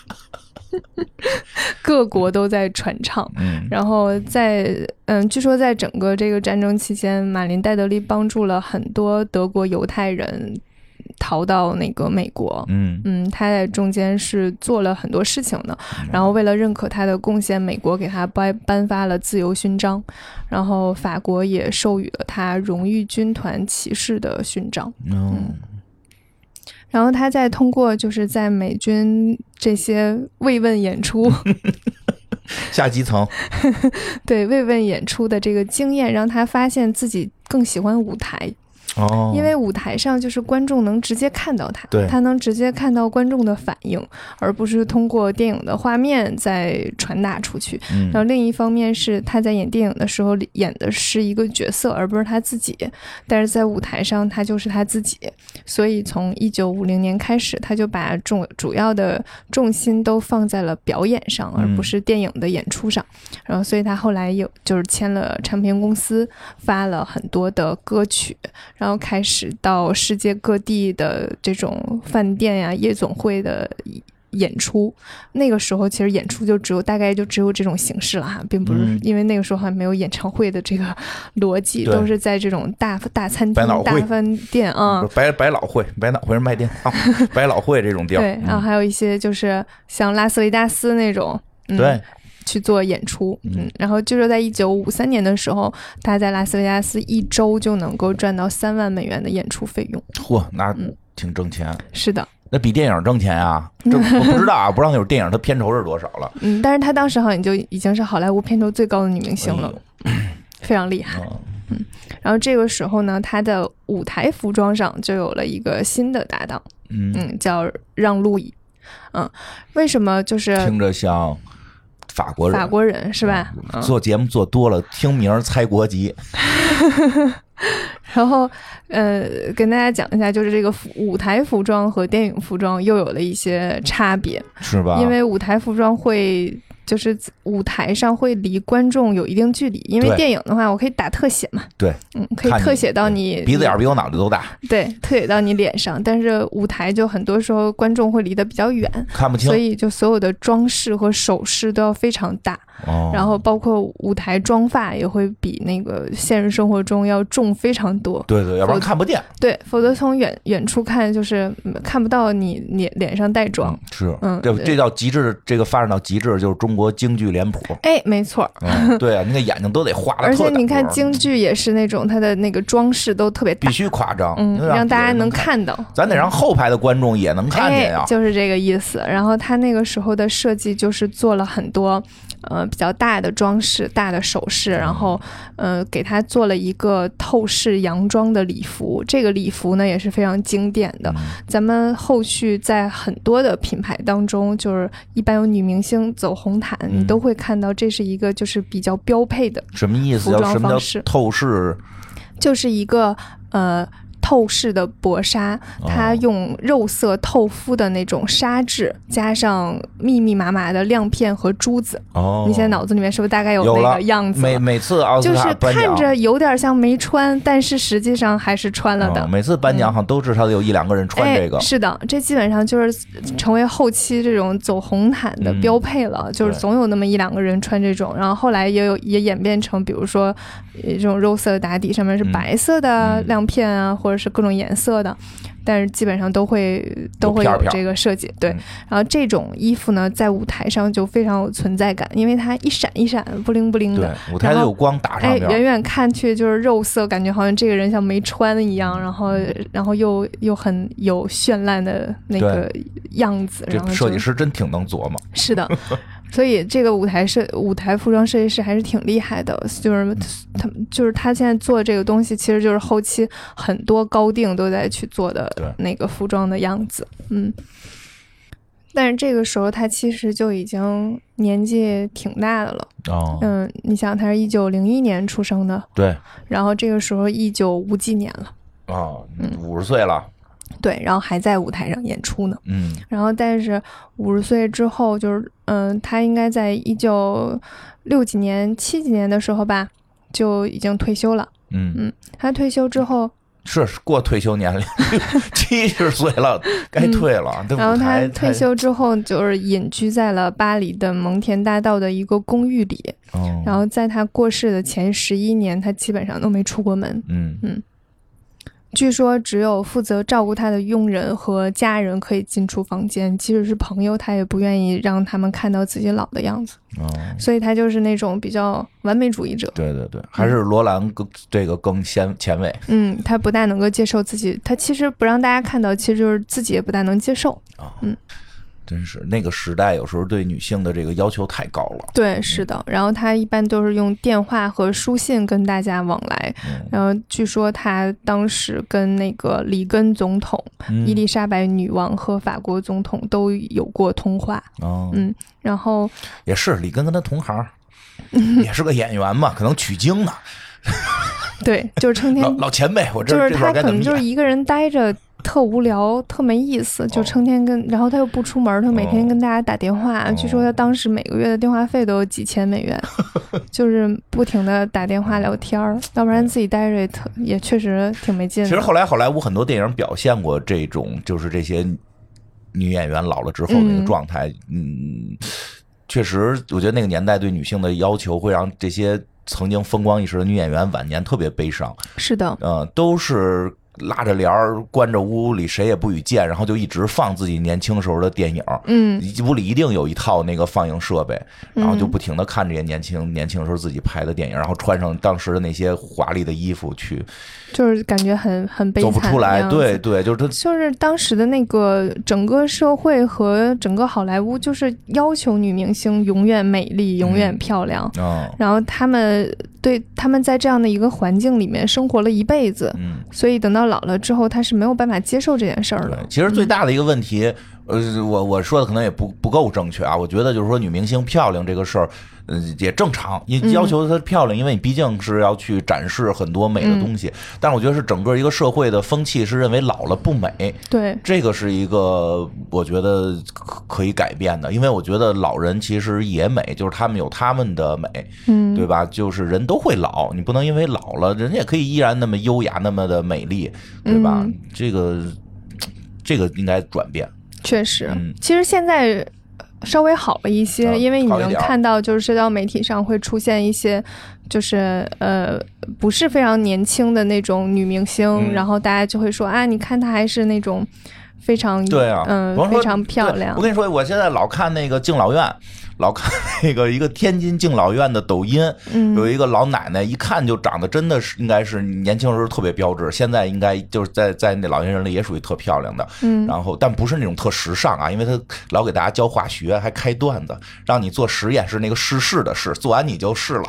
各国都在传唱，嗯，然后在嗯，据说在整个这个战争期间，马林戴德利帮助了很多德国犹太人逃到那个美国，嗯嗯，他在中间是做了很多事情的，然后为了认可他的贡献，美国给他颁颁发了自由勋章，然后法国也授予了他荣誉军团骑士的勋章，嗯，然后他再通过就是在美军这些慰问演出下基层对慰问演出的这个经验，让他发现自己更喜欢舞台。哦，因为舞台上就是观众能直接看到他， 对， 他能直接看到观众的反应，而不是通过电影的画面再传达出去。嗯，然后另一方面是他在演电影的时候演的是一个角色，而不是他自己，但是在舞台上他就是他自己。所以从一九五零年开始，他就把重主要的重心都放在了表演上，而不是电影的演出上。嗯、然后，所以他后来有就是签了唱片公司，发了很多的歌曲。然后开始到世界各地的这种饭店呀、夜总会的演出。那个时候其实演出就只有大概就只有这种形式了哈，并不是、嗯、因为那个时候还没有演唱会的这个逻辑，都是在这种大大餐厅、大饭店啊， 百百老汇、百老汇是卖店啊，百老汇这种地儿。 对，然后还有一些就是像拉斯维加斯那种，嗯、 对。 去做演出，嗯，然后就是在一九五三年的时候，他在拉斯维加斯一周就能够赚到三万美元的演出费用。 嚯，那挺挣钱。 嗯、是的， 那比电影挣钱啊？这我不知道啊，不知道那会儿电影它片酬是多少了。 嗯，但是他当时好像就已经是好莱坞片酬最高的女明星了，哎、非常厉害。嗯，然后这个时候呢，他的舞台服装上就有了一个新的搭档，嗯，嗯叫让·路易。嗯，为什么就是听着像？法国人， 法国人是吧？ 嗯、做节目做多了，听名猜国籍。 然后，呃，跟大家讲一下，就是这个舞台服装和电影服装又有了一些差别， 是吧？ 因为舞台服装会就是舞台上会离观众有一定距离，因为电影的话我可以打特写嘛， 对， 嗯，可以特写到你鼻子眼比我脑袋都大， 对，特写到你脸上，但是舞台就很多时候观众会离得比较远， 看不清， 所以就所有的装饰和首饰都要非常大。 哦、 然后包括舞台妆发也会比那个现实生活中要重非常多， 对对，要不然看不见， 对，否则从远远处看就是看不到你脸脸上带妆、 嗯、是， 嗯， 这这叫极致，这个发展到极致就是中国京剧脸谱， 哎，没错、 嗯、对啊，那个眼睛都得画的， 而且你看京剧也是那种它的那个装饰都特别大， 必须夸张， 嗯，让, 让大家能看到， 咱得让后排的观众也能看见呀、啊哎，就是这个意思。然后他那个时候的设计就是做了很多呃比较大的装饰、大的首饰，然后呃给他做了一个透视洋装的礼服。这个礼服呢也是非常经典的， 嗯、 咱们后续在很多的品牌当中，就是一般有女明星走红毯， 嗯、 你都会看到这是一个就是比较标配的什么意思？叫什么叫透视？ 就是一个呃。透视的薄纱，它用肉色透肤的那种纱质，加上密密麻麻的亮片和珠子。 哦， 你现在脑子里面是不是大概有那个样子？ 每每次奥斯卡就是看着有点像没穿，但是实际上还是穿了的。 哦、每次颁奖好像都至少有一两个人穿这个、 哎。是的，这基本上就是成为后期这种走红毯的标配了，嗯、就是总有那么一两个人穿这种。然后后来也有也演变成，比如说这种肉色的打底上面是白色的亮片啊，嗯、或者是各种颜色的，但是基本上都会都会有这个设计。对，然后这种衣服呢，在舞台上就非常有存在感，因为它一闪一闪，不灵不灵的。 对，舞台都有光打上面。 哎，远远看去就是肉色，感觉好像这个人像没穿一样，然后然后又又很有绚烂的那个样子。 这设计师真挺能琢磨。 是的。所以这个舞台设舞台服装设计师还是挺厉害的，就是他就是他现在做这个东西，其实就是后期很多高定都在去做的那个服装的样子，嗯。但是这个时候他其实就已经年纪挺大的了， 哦， 嗯，你想他是一九零一年出生的， 对，然后这个时候一九五几年了， 哦，五十岁了。 对，然后还在舞台上演出呢。 嗯， 然后但是五十岁之后，就是嗯、呃，他应该在一九六几年、七几年的时候吧，就已经退休了。 嗯嗯，他退休之后是过退休年龄，七十岁了，该退了。 嗯、然后他退休之后，就是隐居在了巴黎的蒙田大道的一个公寓里。 哦， 然后在他过世的前十一年，他基本上都没出过门。 嗯嗯。据说只有负责照顾他的佣人和家人可以进出房间，即使是朋友他也不愿意让他们看到自己老的样子。 哦， 所以他就是那种比较完美主义者。 对对对，还是罗兰更、嗯、这个更前前卫。 嗯，他不大能够接受自己，他其实不让大家看到，其实就是自己也不大能接受。 哦、 嗯。 真是那个时代有时候对女性的这个要求太高了。 对，是的。然后他一般都是用电话和书信跟大家往来。 嗯、 然后据说他当时跟那个里根总统、 嗯、 伊丽莎白女王和法国总统都有过通话。 哦， 嗯，然后也是里根跟他同行，也是个演员嘛，可能取经呢。 对，就是成天老, 老前辈，我这就是他可能就是一个人待着。特无聊，特没意思，就成天跟，哦、然后他又不出门，他每天跟大家打电话。哦、据说他当时每个月的电话费都有几千美元，就是不停的打电话聊天儿，要不然自己待着也特也确实挺没劲的。 其实后来好莱坞很多电影表现过这种，就是这些女演员老了之后那个状态，嗯，嗯确实，我觉得那个年代对女性的要求会让这些曾经风光一时的女演员晚年特别悲伤。 是的， 呃，都是。拉着帘儿，关着屋里，谁也不许见，然后就一直放自己年轻时候的电影。 嗯， 屋里一定有一套那个放映设备，然后就不停的看这些年轻、嗯、年轻时候自己拍的电影，然后穿上当时的那些华丽的衣服去， 就是感觉很很悲惨， 走不出来。对对，就是他， 就是当时的那个整个社会和整个好莱坞，就是要求女明星永远美丽、永远漂亮。 嗯哦、 然后他们对他们在这样的一个环境里面生活了一辈子， 嗯， 所以等到老了之后，他是没有办法接受这件事儿的。 其实最大的一个问题， 呃，我我说的可能也不不够正确啊。我觉得就是说女明星漂亮这个事儿，呃，也正常，你要求她漂亮，因为你毕竟是要去展示很多美的东西。嗯、但是我觉得是整个一个社会的风气是认为老了不美， 对， 这个是一个我觉得可以改变的，因为我觉得老人其实也美，就是他们有他们的美，嗯，对吧？就是人都会老，你不能因为老了，人家也可以依然那么优雅，那么的美丽，对吧？嗯、这个这个应该转变。 确实，其实现在稍微好了一些，嗯、因为你能看到，就是社交媒体上会出现一些，就是呃，不是非常年轻的那种女明星，嗯、然后大家就会说啊，你看她还是那种非常对啊， 嗯，非常漂亮。 我跟你说，我现在老看那个敬老院。老看那个一个天津敬老院的抖音，嗯、有一个老奶奶，一看就长得真的是应该是年轻时候特别标致，现在应该就是在在那老年人里也属于特漂亮的，嗯，然后但不是那种特时尚啊，因为她老给大家教化学，还开段子，让你做实验是那个试试的试，做完你就试了。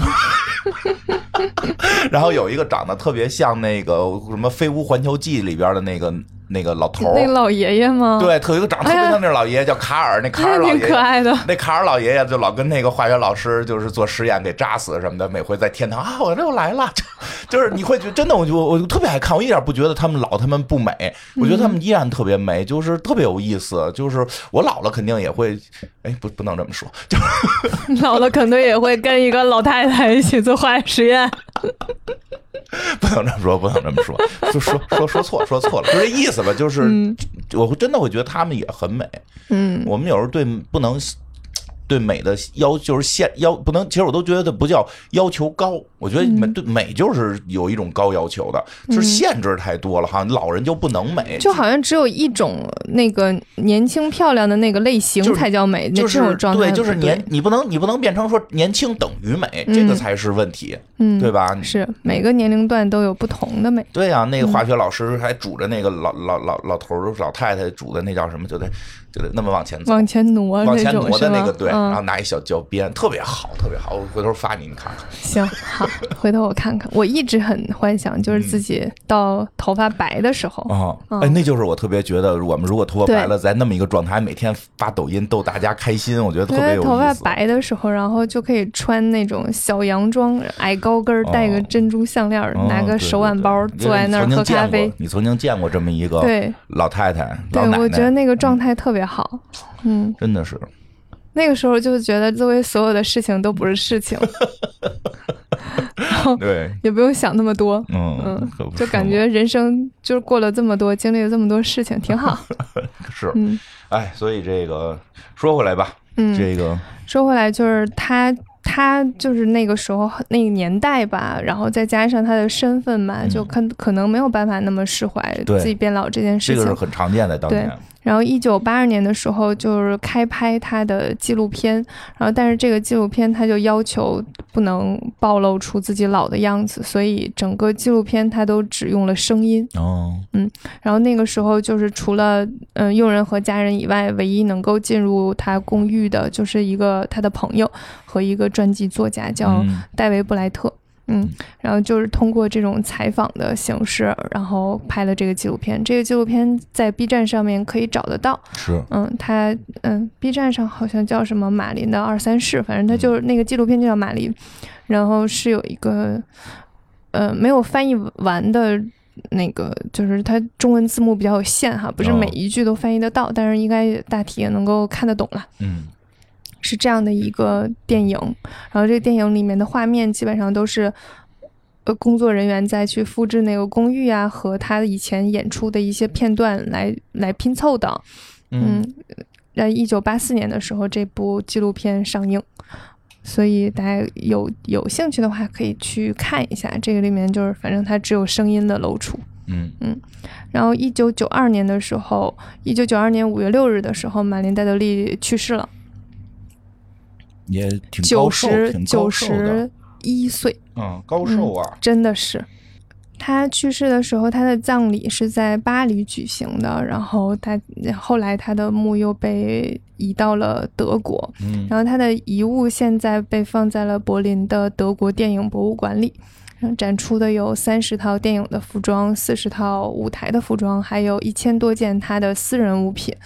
然后有一个长得特别像那个什么《飞屋环球记》里边的那个。那个老头， 那个老爷爷吗？ 对，特有一个长得特别像那老爷爷，哎、叫卡尔。那卡尔老爷爷挺可爱的。 那卡尔老爷爷就老跟那个化学老师就是做实验给扎死什么的。每回在天堂啊，我又来了，就就是你会觉得真的，我就我特别爱看，我一点不觉得他们老，他们不美，我觉得他们依然特别美，就是特别有意思。就是我老了肯定也会，哎，不不能这么说，就老了肯定也会跟一个老太太一起做化学实验。 不能这么说，不能这么说，就说说说错，说错了，就这意思吧。就是，嗯、我会真的会觉得他们也很美。嗯，我们有时候对不能对美的要就是限要不能，其实我都觉得不叫要求高，我觉得美对美就是有一种高要求的，嗯、是限制太多了，好像老人就不能美， 就好像只有一种那个年轻漂亮的那个类型才叫美， 就是那这种状态对，就是年你不能你不能变成说年轻等于美，嗯、这个才是问题，嗯，对吧？ 是每个年龄段都有不同的美。 对呀、啊，那个化学老师还拄着那个老、嗯、老老老头老太太拄的那叫什么，就得就得那么往前走， 往前挪， 往前挪的那个对。然后拿一小胶边，特别好，特别好。我回头发你，你看看。 行，好，回头我看看。我一直很幻想，就是自己到头发白的时候啊、嗯，哎，那就是我特别觉得，我们如果头发白了，在那么一个状态，每天发抖音逗大家开心，我觉得特别有意思。 头发白的时候，然后就可以穿那种小洋装，矮高跟，戴个珍珠项链，哦、拿个手腕包，坐在那儿喝咖啡。 你曾经见过这么一个对老太太， 对，我觉得那个状态特别好。嗯， 真的是， 那个时候就觉得周围所有的事情都不是事情，然后对， 也不用想那么多，嗯嗯，就感觉人生就是过了这么多，经历了这么多事情，挺好。 是，嗯，哎，所以这个说回来吧，嗯，这个说回来就是他。他就是那个时候那个年代吧，然后再加上他的身份嘛，嗯、就可可能没有办法那么释怀自己变老这件事情。 这个是很常见的，当年。 对。然后一九八二年的时候，就是开拍他的纪录片，然后但是这个纪录片他就要求不能暴露出自己老的样子，所以整个纪录片他都只用了声音。 哦， 嗯，然后那个时候就是除了嗯、呃、佣人和家人以外，唯一能够进入他公寓的就是一个他的朋友和一个传记作家叫戴维布莱特。嗯嗯，然后就是通过这种采访的形式，然后拍了这个纪录片。这个纪录片在 B 站上面可以找得到。 是， 嗯，它嗯 B 站上好像叫什么马林的二三事，反正它就是那个纪录片就叫马林，然后是有一个呃没有翻译完的那个，就是它中文字幕比较有限哈，不是每一句都翻译得到，哦、但是应该大体也能够看得懂了。 嗯。 是这样的一个电影，然后这个电影里面的画面基本上都是呃工作人员在去复制那个公寓啊和他以前演出的一些片段来来拼凑的。嗯，在一九八四年的时候这部纪录片上映，所以大家有有兴趣的话可以去看一下。这个里面就是反正它只有声音的露出。 嗯嗯，然后一九九二年的时候，一九九二年五月六日的时候，马琳戴德利去世了。 也挺高寿，挺高寿的，九十一岁， 嗯，高寿啊、 嗯，真的是。他去世的时候，他的葬礼是在巴黎举行的，然后他后来他的墓又被移到了德国，嗯，然后他的遗物现在被放在了柏林的德国电影博物馆里，然后展出的有三十套电影的服装、四十套舞台的服装，还有一千多件他的私人物品。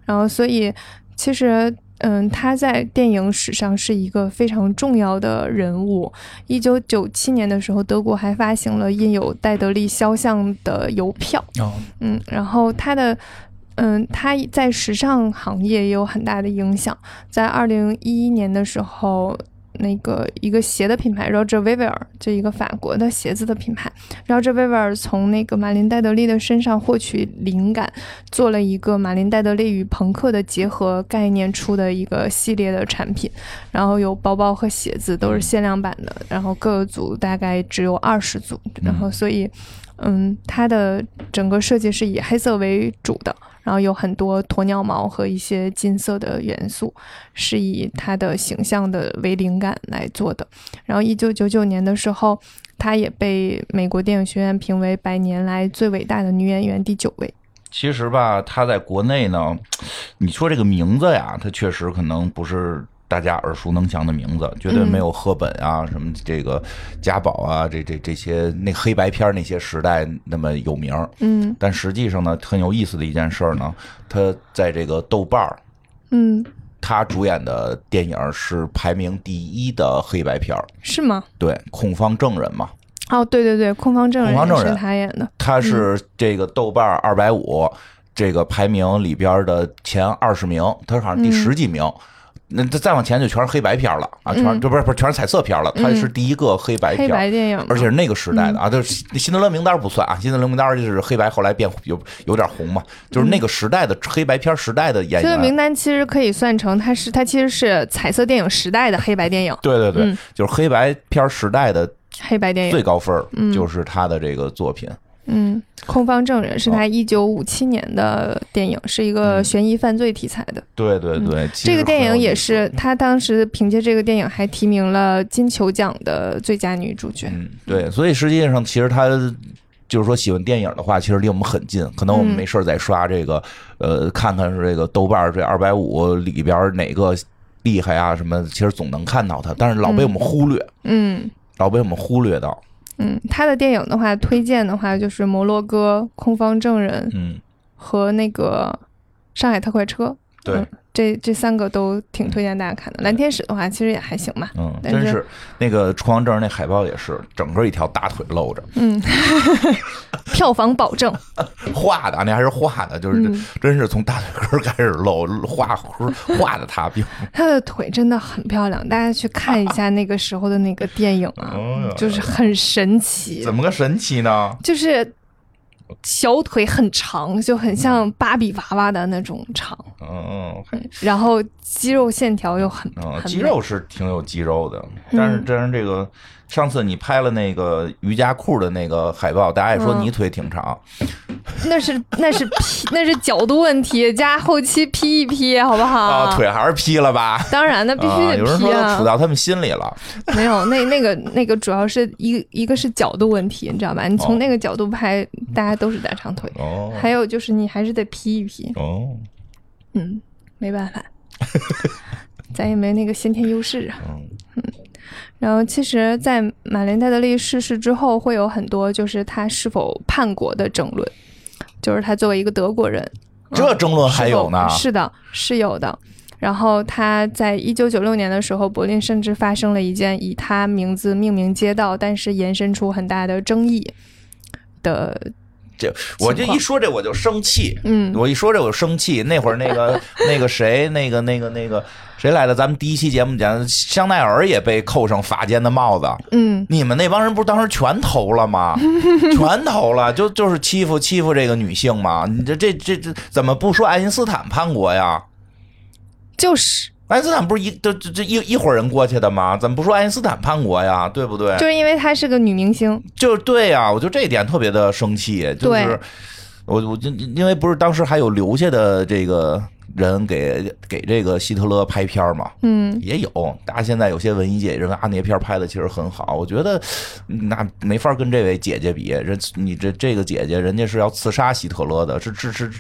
然后所以其实嗯，他在电影史上是一个非常重要的人物。一九九七年的时候，德国还发行了印有戴德利肖像的邮票。 哦， 嗯，然后他的，嗯，他在时尚行业也有很大的影响。在二零一一年的时候，那个一个鞋的品牌 Roger Vivier， 就一个法国的鞋子的品牌 Roger Vivier 从那个马琳戴德利的身上获取灵感，做了一个马琳戴德利与朋克的结合概念出的一个系列的产品，然后有包包和鞋子都是限量版的，然后各个组大概只有二十组，然后所以嗯，它的整个设计是以黑色为主的，然后有很多鸵鸟毛和一些金色的元素，是以它的形象的为灵感来做的。然后一九九九年的时候，她也被美国电影学院评为百年来最伟大的女演员第九位。 其实吧，她在国内呢，你说这个名字呀，她确实可能不是大家耳熟能详的名字，绝对没有赫本啊、嗯、什么这个家宝啊，这这这些那黑白片那些时代那么有名。 嗯， 但实际上呢，很有意思的一件事呢，他在这个豆瓣儿， 嗯， 他主演的电影是排名第一的黑白片。 是吗？ 对，控方证人嘛。 哦，对对对，控方证人控方证人是他演的， 他是这个豆瓣二百五这个排名里边的前二十名，他好像第十几名。嗯，那再往前就全是黑白片了啊，全就不是不是全是彩色片了。他是第一个黑白片， 黑白电影， 而且是那个时代的啊。就是辛德勒名单不算啊，辛德勒名单就是黑白，后来变有有点红嘛，就是那个时代的黑白片时代的演员。 辛德勒名单其实可以算成它是它其实是彩色电影时代的黑白电影。 对对对， 嗯， 就是黑白片时代的黑白电影最高分就是他的这个作品。 嗯，控方证人是他一九五七年的电影，是一个悬疑犯罪题材的。 对对对， 嗯，这个电影也是他当时凭借这个电影还提名了金球奖的最佳女主角。 嗯，对，所以实际上其实他就是说喜欢电影的话，其实离我们很近。可能我们没事在刷这个，嗯、呃，看看是这个豆瓣这二百五里边哪个厉害啊什么，其实总能看到它，但是老被我们忽略。 嗯， 老被我们忽略到。 嗯，他的电影的话，推荐的话就是《摩洛哥》《控方证人》 嗯和那个《上海特快车》。 对， 嗯，这这三个都挺推荐大家看的。蓝天使的话，其实也还行吧。 嗯，真是那个《控方证人》那海报也是整个一条大腿露着。 嗯，票房保证。 画的，那还是画的，就是、嗯、真是从大腿根开始露，画画的他病。 他的腿真的很漂亮，大家去看一下那个时候的那个电影啊，哦、就是很神奇。 怎么个神奇呢？ 就是小腿很长，就很像芭比娃娃的那种长。 嗯， 嗯，然后肌肉线条又很， 嗯， 很肌肉是挺有肌肉的，但是但是这个。上次你拍了那个瑜伽裤的那个海报，大家也说你腿挺长。 嗯，那是那是 P 那是角度问题，加后期 P 一 P 好不好？ 啊，腿还是 P 了吧？ 当然，那必须得 P 啊！ 有人说都杵到他们心里了。 没有，那那个那个主要是一一个是角度问题，你知道吧？你从那个角度拍，哦、大家都是大长腿。哦。还有就是你还是得 P 一 P。哦。嗯，没办法，咱也没那个先天优势啊。嗯。嗯，然后其实在马琳戴德利逝世之后，会有很多就是他是否叛国的争论，就是他作为一个德国人， 这争论还有呢？ 嗯、是的，是有的。然后他在一九九六年的时候，柏林甚至发生了一件以他名字命名街道，但是延伸出很大的争议的。 这我这一说这我就生气，嗯，我一说这我就生气。那会儿那个那个谁，那个那个那个谁来的？咱们第一期节目讲香奈儿也被扣上法奸的帽子，嗯，你们那帮人不是当时全投了吗？全投了，就就是欺负欺负这个女性嘛。你这这这这怎么不说爱因斯坦叛国呀？ 就是。 爱因斯坦不是一这这一一伙人过去的吗？怎么不说爱因斯坦叛国呀？对不对？ 就是因为她是个女明星。 就是对呀，我就这一点特别的生气。就是我我就因为不是当时还有留下的这个人给给这个希特勒拍片嘛，嗯，也有。大家现在有些文艺界认为啊，那些片拍的其实很好。我觉得那没法跟这位姐姐比。人你这这个姐姐，人家是要刺杀希特勒的，是是是，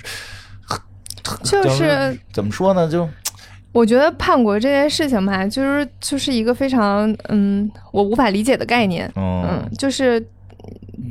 就是怎么说呢？就。 我觉得叛国这件事情吧，就是就是一个非常嗯，我无法理解的概念。嗯，就是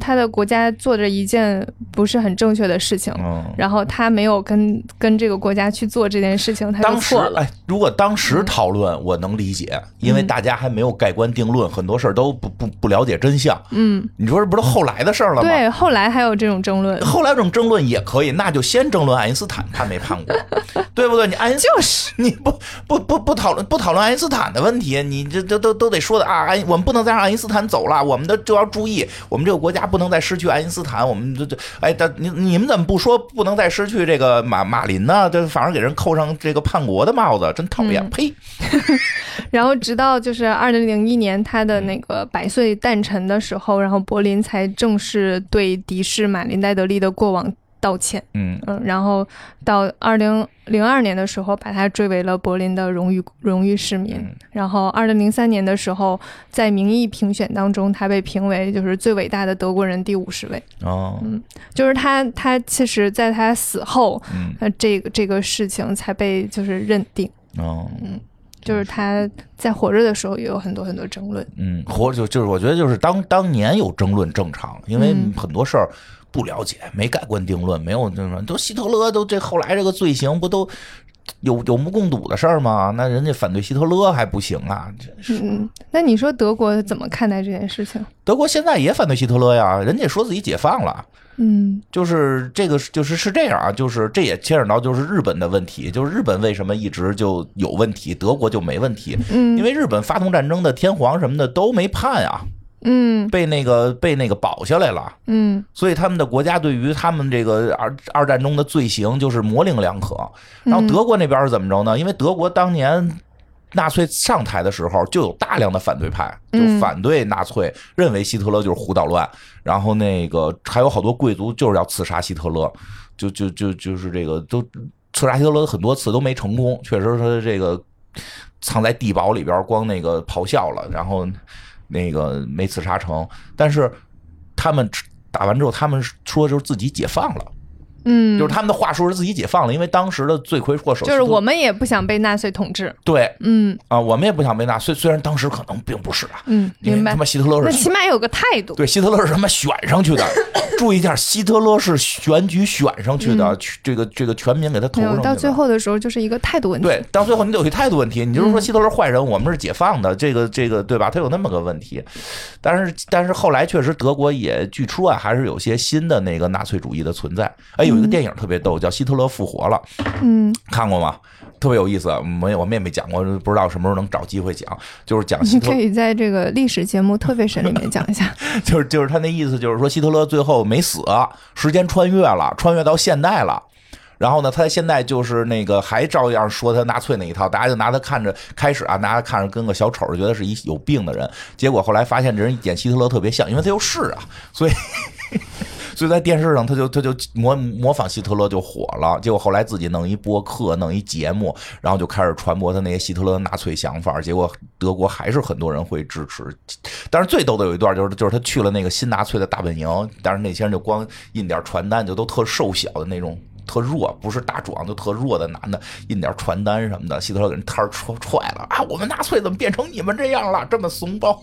他的国家做着一件不是很正确的事情， 嗯， 然后他没有跟跟这个国家去做这件事情，他就错了。 当时哎，如果当时讨论，我能理解，嗯、因为大家还没有盖棺定论，很多事儿都不不不了解真相。 嗯， 你说这不是后来的事儿了吗？ 对，后来还有这种争论， 后来这种争论也可以，那就先争论爱因斯坦判没判过，对不对？你爱因斯坦就是你不不不不讨论不讨论爱因斯坦的问题，你这这都都得说的啊，爱我们不能再让爱因斯坦走了，我们的就要注意，我们这个国家不能再失去爱因斯坦，我们这这哎，你你们怎么不说不能再失去这个马马林呢？这反而给人扣上这个叛国的帽子，真讨厌！嗯、呸！ 然后直到就是二零零一年他的那个百岁诞辰的时候，然后柏林才正式对敌视马林戴德利的过往道歉。 嗯嗯，然后到二零零二年的时候，把他追为了柏林的荣誉荣誉市民。嗯、然后二零零三年的时候，在民意评选当中，他被评为就是最伟大的德国人第五十位。 哦， 嗯，就是他他其实在他死后， 嗯， 呃，这个这个事情才被就是认定。 哦， 嗯。就是他在活着的时候也有很多很多争论， 嗯，活就就是我觉得就是当当年有争论正常，因为很多事儿不了解，没盖棺定论，没有那种都希特勒都这后来这个罪行不都有有目共睹的事儿吗？那人家反对希特勒还不行啊？真是。 嗯，那你说德国怎么看待这件事情？ 德国现在也反对希特勒呀，人家也说自己解放了。 嗯， 就是这个，就是是这样啊，就是这也牵扯到就是日本的问题，就是日本为什么一直就有问题，德国就没问题？ 嗯， 因为日本发动战争的天皇什么的都没判啊， 嗯， 被那个被那个保下来了， 嗯， 所以他们的国家对于他们这个二二战中的罪行就是模棱两可。然后德国那边是怎么着呢？因为德国当年纳粹上台的时候，就有大量的反对派，就反对纳粹，认为希特勒就是胡捣乱，然后那个还有好多贵族就是要刺杀希特勒，就就就就是这个都刺杀希特勒很多次都没成功，确实说这个藏在地堡里边光那个咆哮了，然后那个没刺杀成，但是他们打完之后，他们说就是自己解放了。 嗯， 就是他们的话说是自己解放了，因为当时的罪魁祸首就是我们也不想被纳粹统治。 对， 嗯啊，我们也不想被纳粹，虽然当时可能并不是啊， 嗯，明白。 他妈希特勒是， 那起码有个态度。 对，希特勒是他妈选上去的。注意一下，希特勒是选举选上去的，嗯、这个这个全民给他投上去的。 到最后的时候就是一个态度问题。 对，到最后你得有一态度问题。你就是说希特勒坏人，嗯、我们是解放的，这个这个对吧？他有那么个问题。但是但是后来确实德国也据说啊，还是有些新的那个纳粹主义的存在。哎，有一个电影特别逗。叫希特勒复活了， 嗯， 看过吗？特别有意思，我也我们也没讲过，不知道什么时候能找机会讲。就是讲希特勒， 你可以在这个历史节目特别神里面讲一下。 就是就是他那意思，就是说希特勒最后没死，时间穿越了，穿越到现代了。然后呢，他现在就是那个还照样说他纳粹那一套，大家就拿他看着，开始啊拿他看着跟个小丑，觉得是一有病的人。结果后来发现这人演希特勒特别像，因为他又是啊，所以。所以在电视上他就他就模模仿希特勒就火了，结果后来自己弄一播客，弄一节目，然后就开始传播他那些希特勒的纳粹想法，结果德国还是很多人会支持。但是最逗的有一段就是就是他去了那个新纳粹的大本营，但是那些人就光印点传单，就都特瘦小的那种。特弱，不是大壮，就特弱的男的，印点传单什么的，希特勒给人摊儿踹踹了啊！我们纳粹怎么变成你们这样了？这么怂包。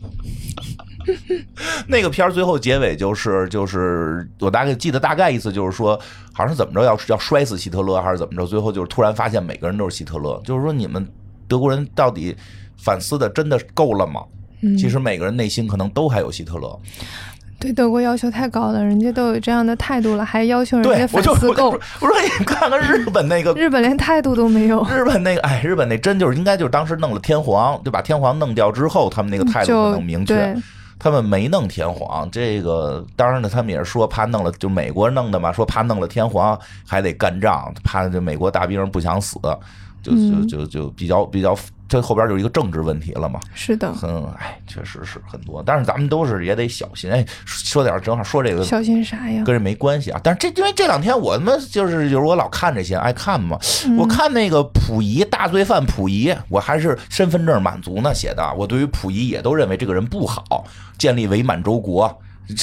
那个片儿最后结尾就是就是我大概记得大概意思就是说，好像是怎么着要要摔死希特勒还是怎么着，最后就是突然发现每个人都是希特勒，就是说你们德国人到底反思的真的够了吗？ 嗯、 其实每个人内心可能都还有希特勒。 对德国要求太高了，人家都有这样的态度了，还要求人家反思够。 我说你看看日本那个， 日本连态度都没有。 日本那个，哎，日本那真就是应该就是当时弄了天皇，对吧？天皇弄掉之后，他们那个态度可能明确。他们没弄天皇，这个当然了，他们也是说怕弄了，就美国弄的嘛，说怕弄了天皇还得干仗，怕这美国大兵不想死，就就就就比较比较。这后边就是一个政治问题了嘛？ 是的， 嗯，哎，确实是很多，但是咱们都是也得小心。哎，说点正好说这个， 小心啥呀？ 跟人没关系啊。但是这因为这两天我他妈就是就是我老看这些，爱看嘛。嗯、我看那个溥仪大罪犯溥仪，我还是身份证满族呢写的。我对于溥仪也都认为这个人不好，建立伪满洲国。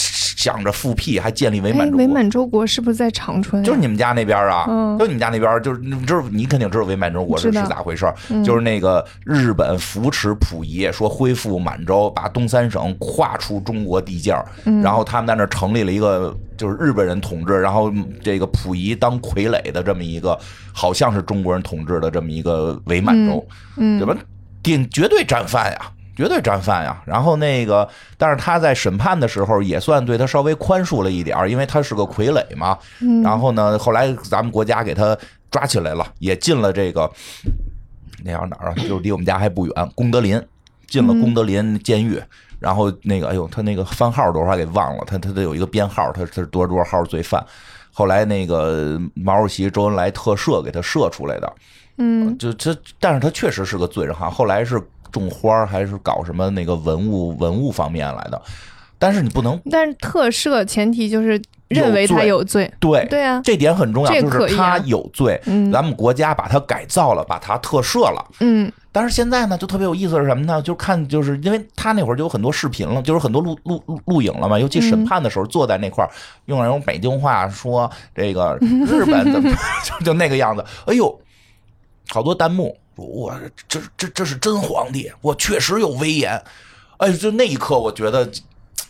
想着复辟，还建立伪满洲国。 伪满洲国是不是在长春？ 就是你们家那边啊， 嗯、 就你们家那边，就是你知道，你肯定知道伪满洲国是是咋回事、嗯、就是那个日本扶持溥仪，说恢复满洲，把东三省划出中国地界、嗯、然后他们在那成立了一个就是日本人统治，然后这个溥仪当傀儡的这么一个，好像是中国人统治的这么一个伪满洲， 嗯， 对吧？顶绝对战犯呀。绝对战犯呀，然后那个，但是他在审判的时候也算对他稍微宽恕了一点，因为他是个傀儡嘛。 嗯、 然后呢，后来咱们国家给他抓起来了，也进了这个那叫哪儿啊？就是离我们家还不远，功德林，进了功德林监狱。嗯、然后那个，哎呦，他那个番号多少还给忘了，他他得有一个编号，他他是多少多少号罪犯。后来那个毛主席、周恩来特赦给他赦出来的。 嗯， 就这，但是他确实是个罪人哈。后来是种花还是搞什么那个文物文物方面来的，但是你不能， 但是特赦前提就是认为他有罪， 对对啊， 这点很重要，就是他有罪， 嗯， 咱们国家把他改造了，把他特赦了， 嗯。 但是现在呢，就特别有意思是什么呢？就看，就是因为他那会儿就有很多视频了，就是很多录录录录影了嘛。尤其审判的时候，坐在那块儿，用那种北京话说这个日本怎么就就那个样子。哎呦，好多弹幕说我这这这是真皇帝，我确实有威严。哎，就那一刻，我觉得。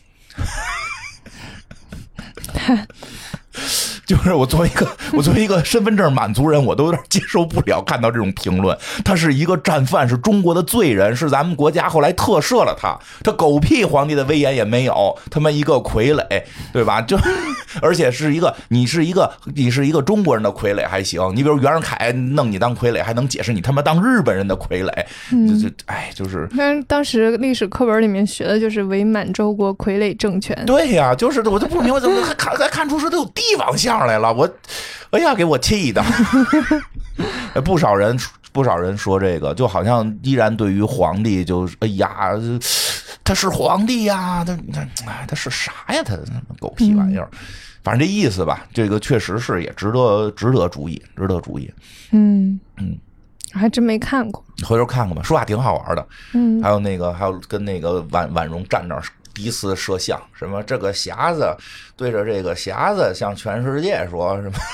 就是我作为一个我作为一个身份证满族人，我都有点接受不了看到这种评论。他是一个战犯，是中国的罪人，是咱们国家后来特赦了他，他狗屁皇帝的威严也没有，他妈一个傀儡，对吧？就而且是一个你是一个你是一个中国人的傀儡还行，你比如袁世凯弄你当傀儡，还能解释你他妈当日本人的傀儡， 嗯、 就就哎就是。 但当时历史课本里面学的就是伪满洲国傀儡政权。 对呀、啊，就是我就不明白怎么还看还看出是都有帝王相来了，我，哎呀，给我气的。不少人不少人说这个，就好像依然对于皇帝就，哎呀，他是皇帝呀，他他他是啥呀？他狗屁玩意儿，嗯、反正这意思吧。这个确实是也值得值得注意，值得注意。 嗯嗯， 还真没看过， 回头看看吧，说话挺好玩的。 嗯， 还有那个还有跟那个婉婉容站那儿。第一次摄像，什么这个匣子对着这个匣子向全世界说什么？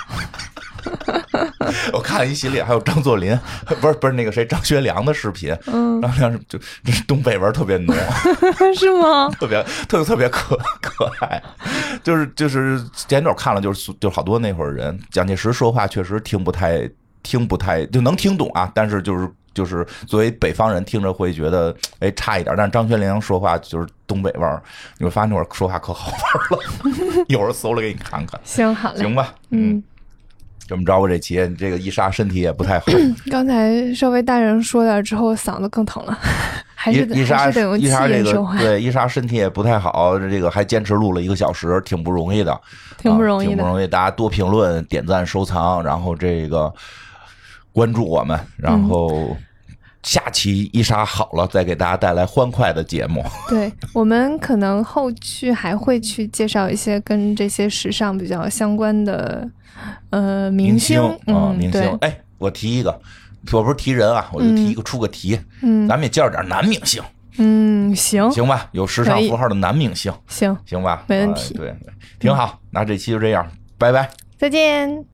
我看一系列，还有张作霖，不是不是那个谁张学良的视频， 嗯， 张学良就东北味特别浓， 是吗？ 特别特别特别可可爱，就是就是前一段看了，就是就好多那会儿人，蒋介石说话确实听不太听不太就能听懂啊，但是就是。就是作为北方人听着会觉得哎差一点，但是张学良说话就是东北味儿，你会发现那会儿说话可好玩了。一会儿搜了给你看看。 行，好嘞， 行吧，嗯，这么着吧，这期你这个伊莎身体也不太好。 刚才稍微大人说点之后，嗓子更疼了，还是伊莎得用气音说话。 对，伊莎身体也不太好，这个还坚持录了一个小时，挺不容易的， 挺不容易的， 啊、挺不容易。大家多评论、点赞、收藏，然后这个。关注我们，然后下期伊莎好了，再给大家带来欢快的节目。 对，我们可能后续还会去介绍一些跟这些时尚比较相关的呃明星啊、嗯，明星。哎，我提一个，我不是提人啊，我就提一个、嗯、出个题，嗯，咱们也介绍点男明星。 嗯，行， 行吧，有时尚符号的男明星， 行， 行吧， 没问题， 呃、对，挺好。那这期就这样，拜拜， 再见。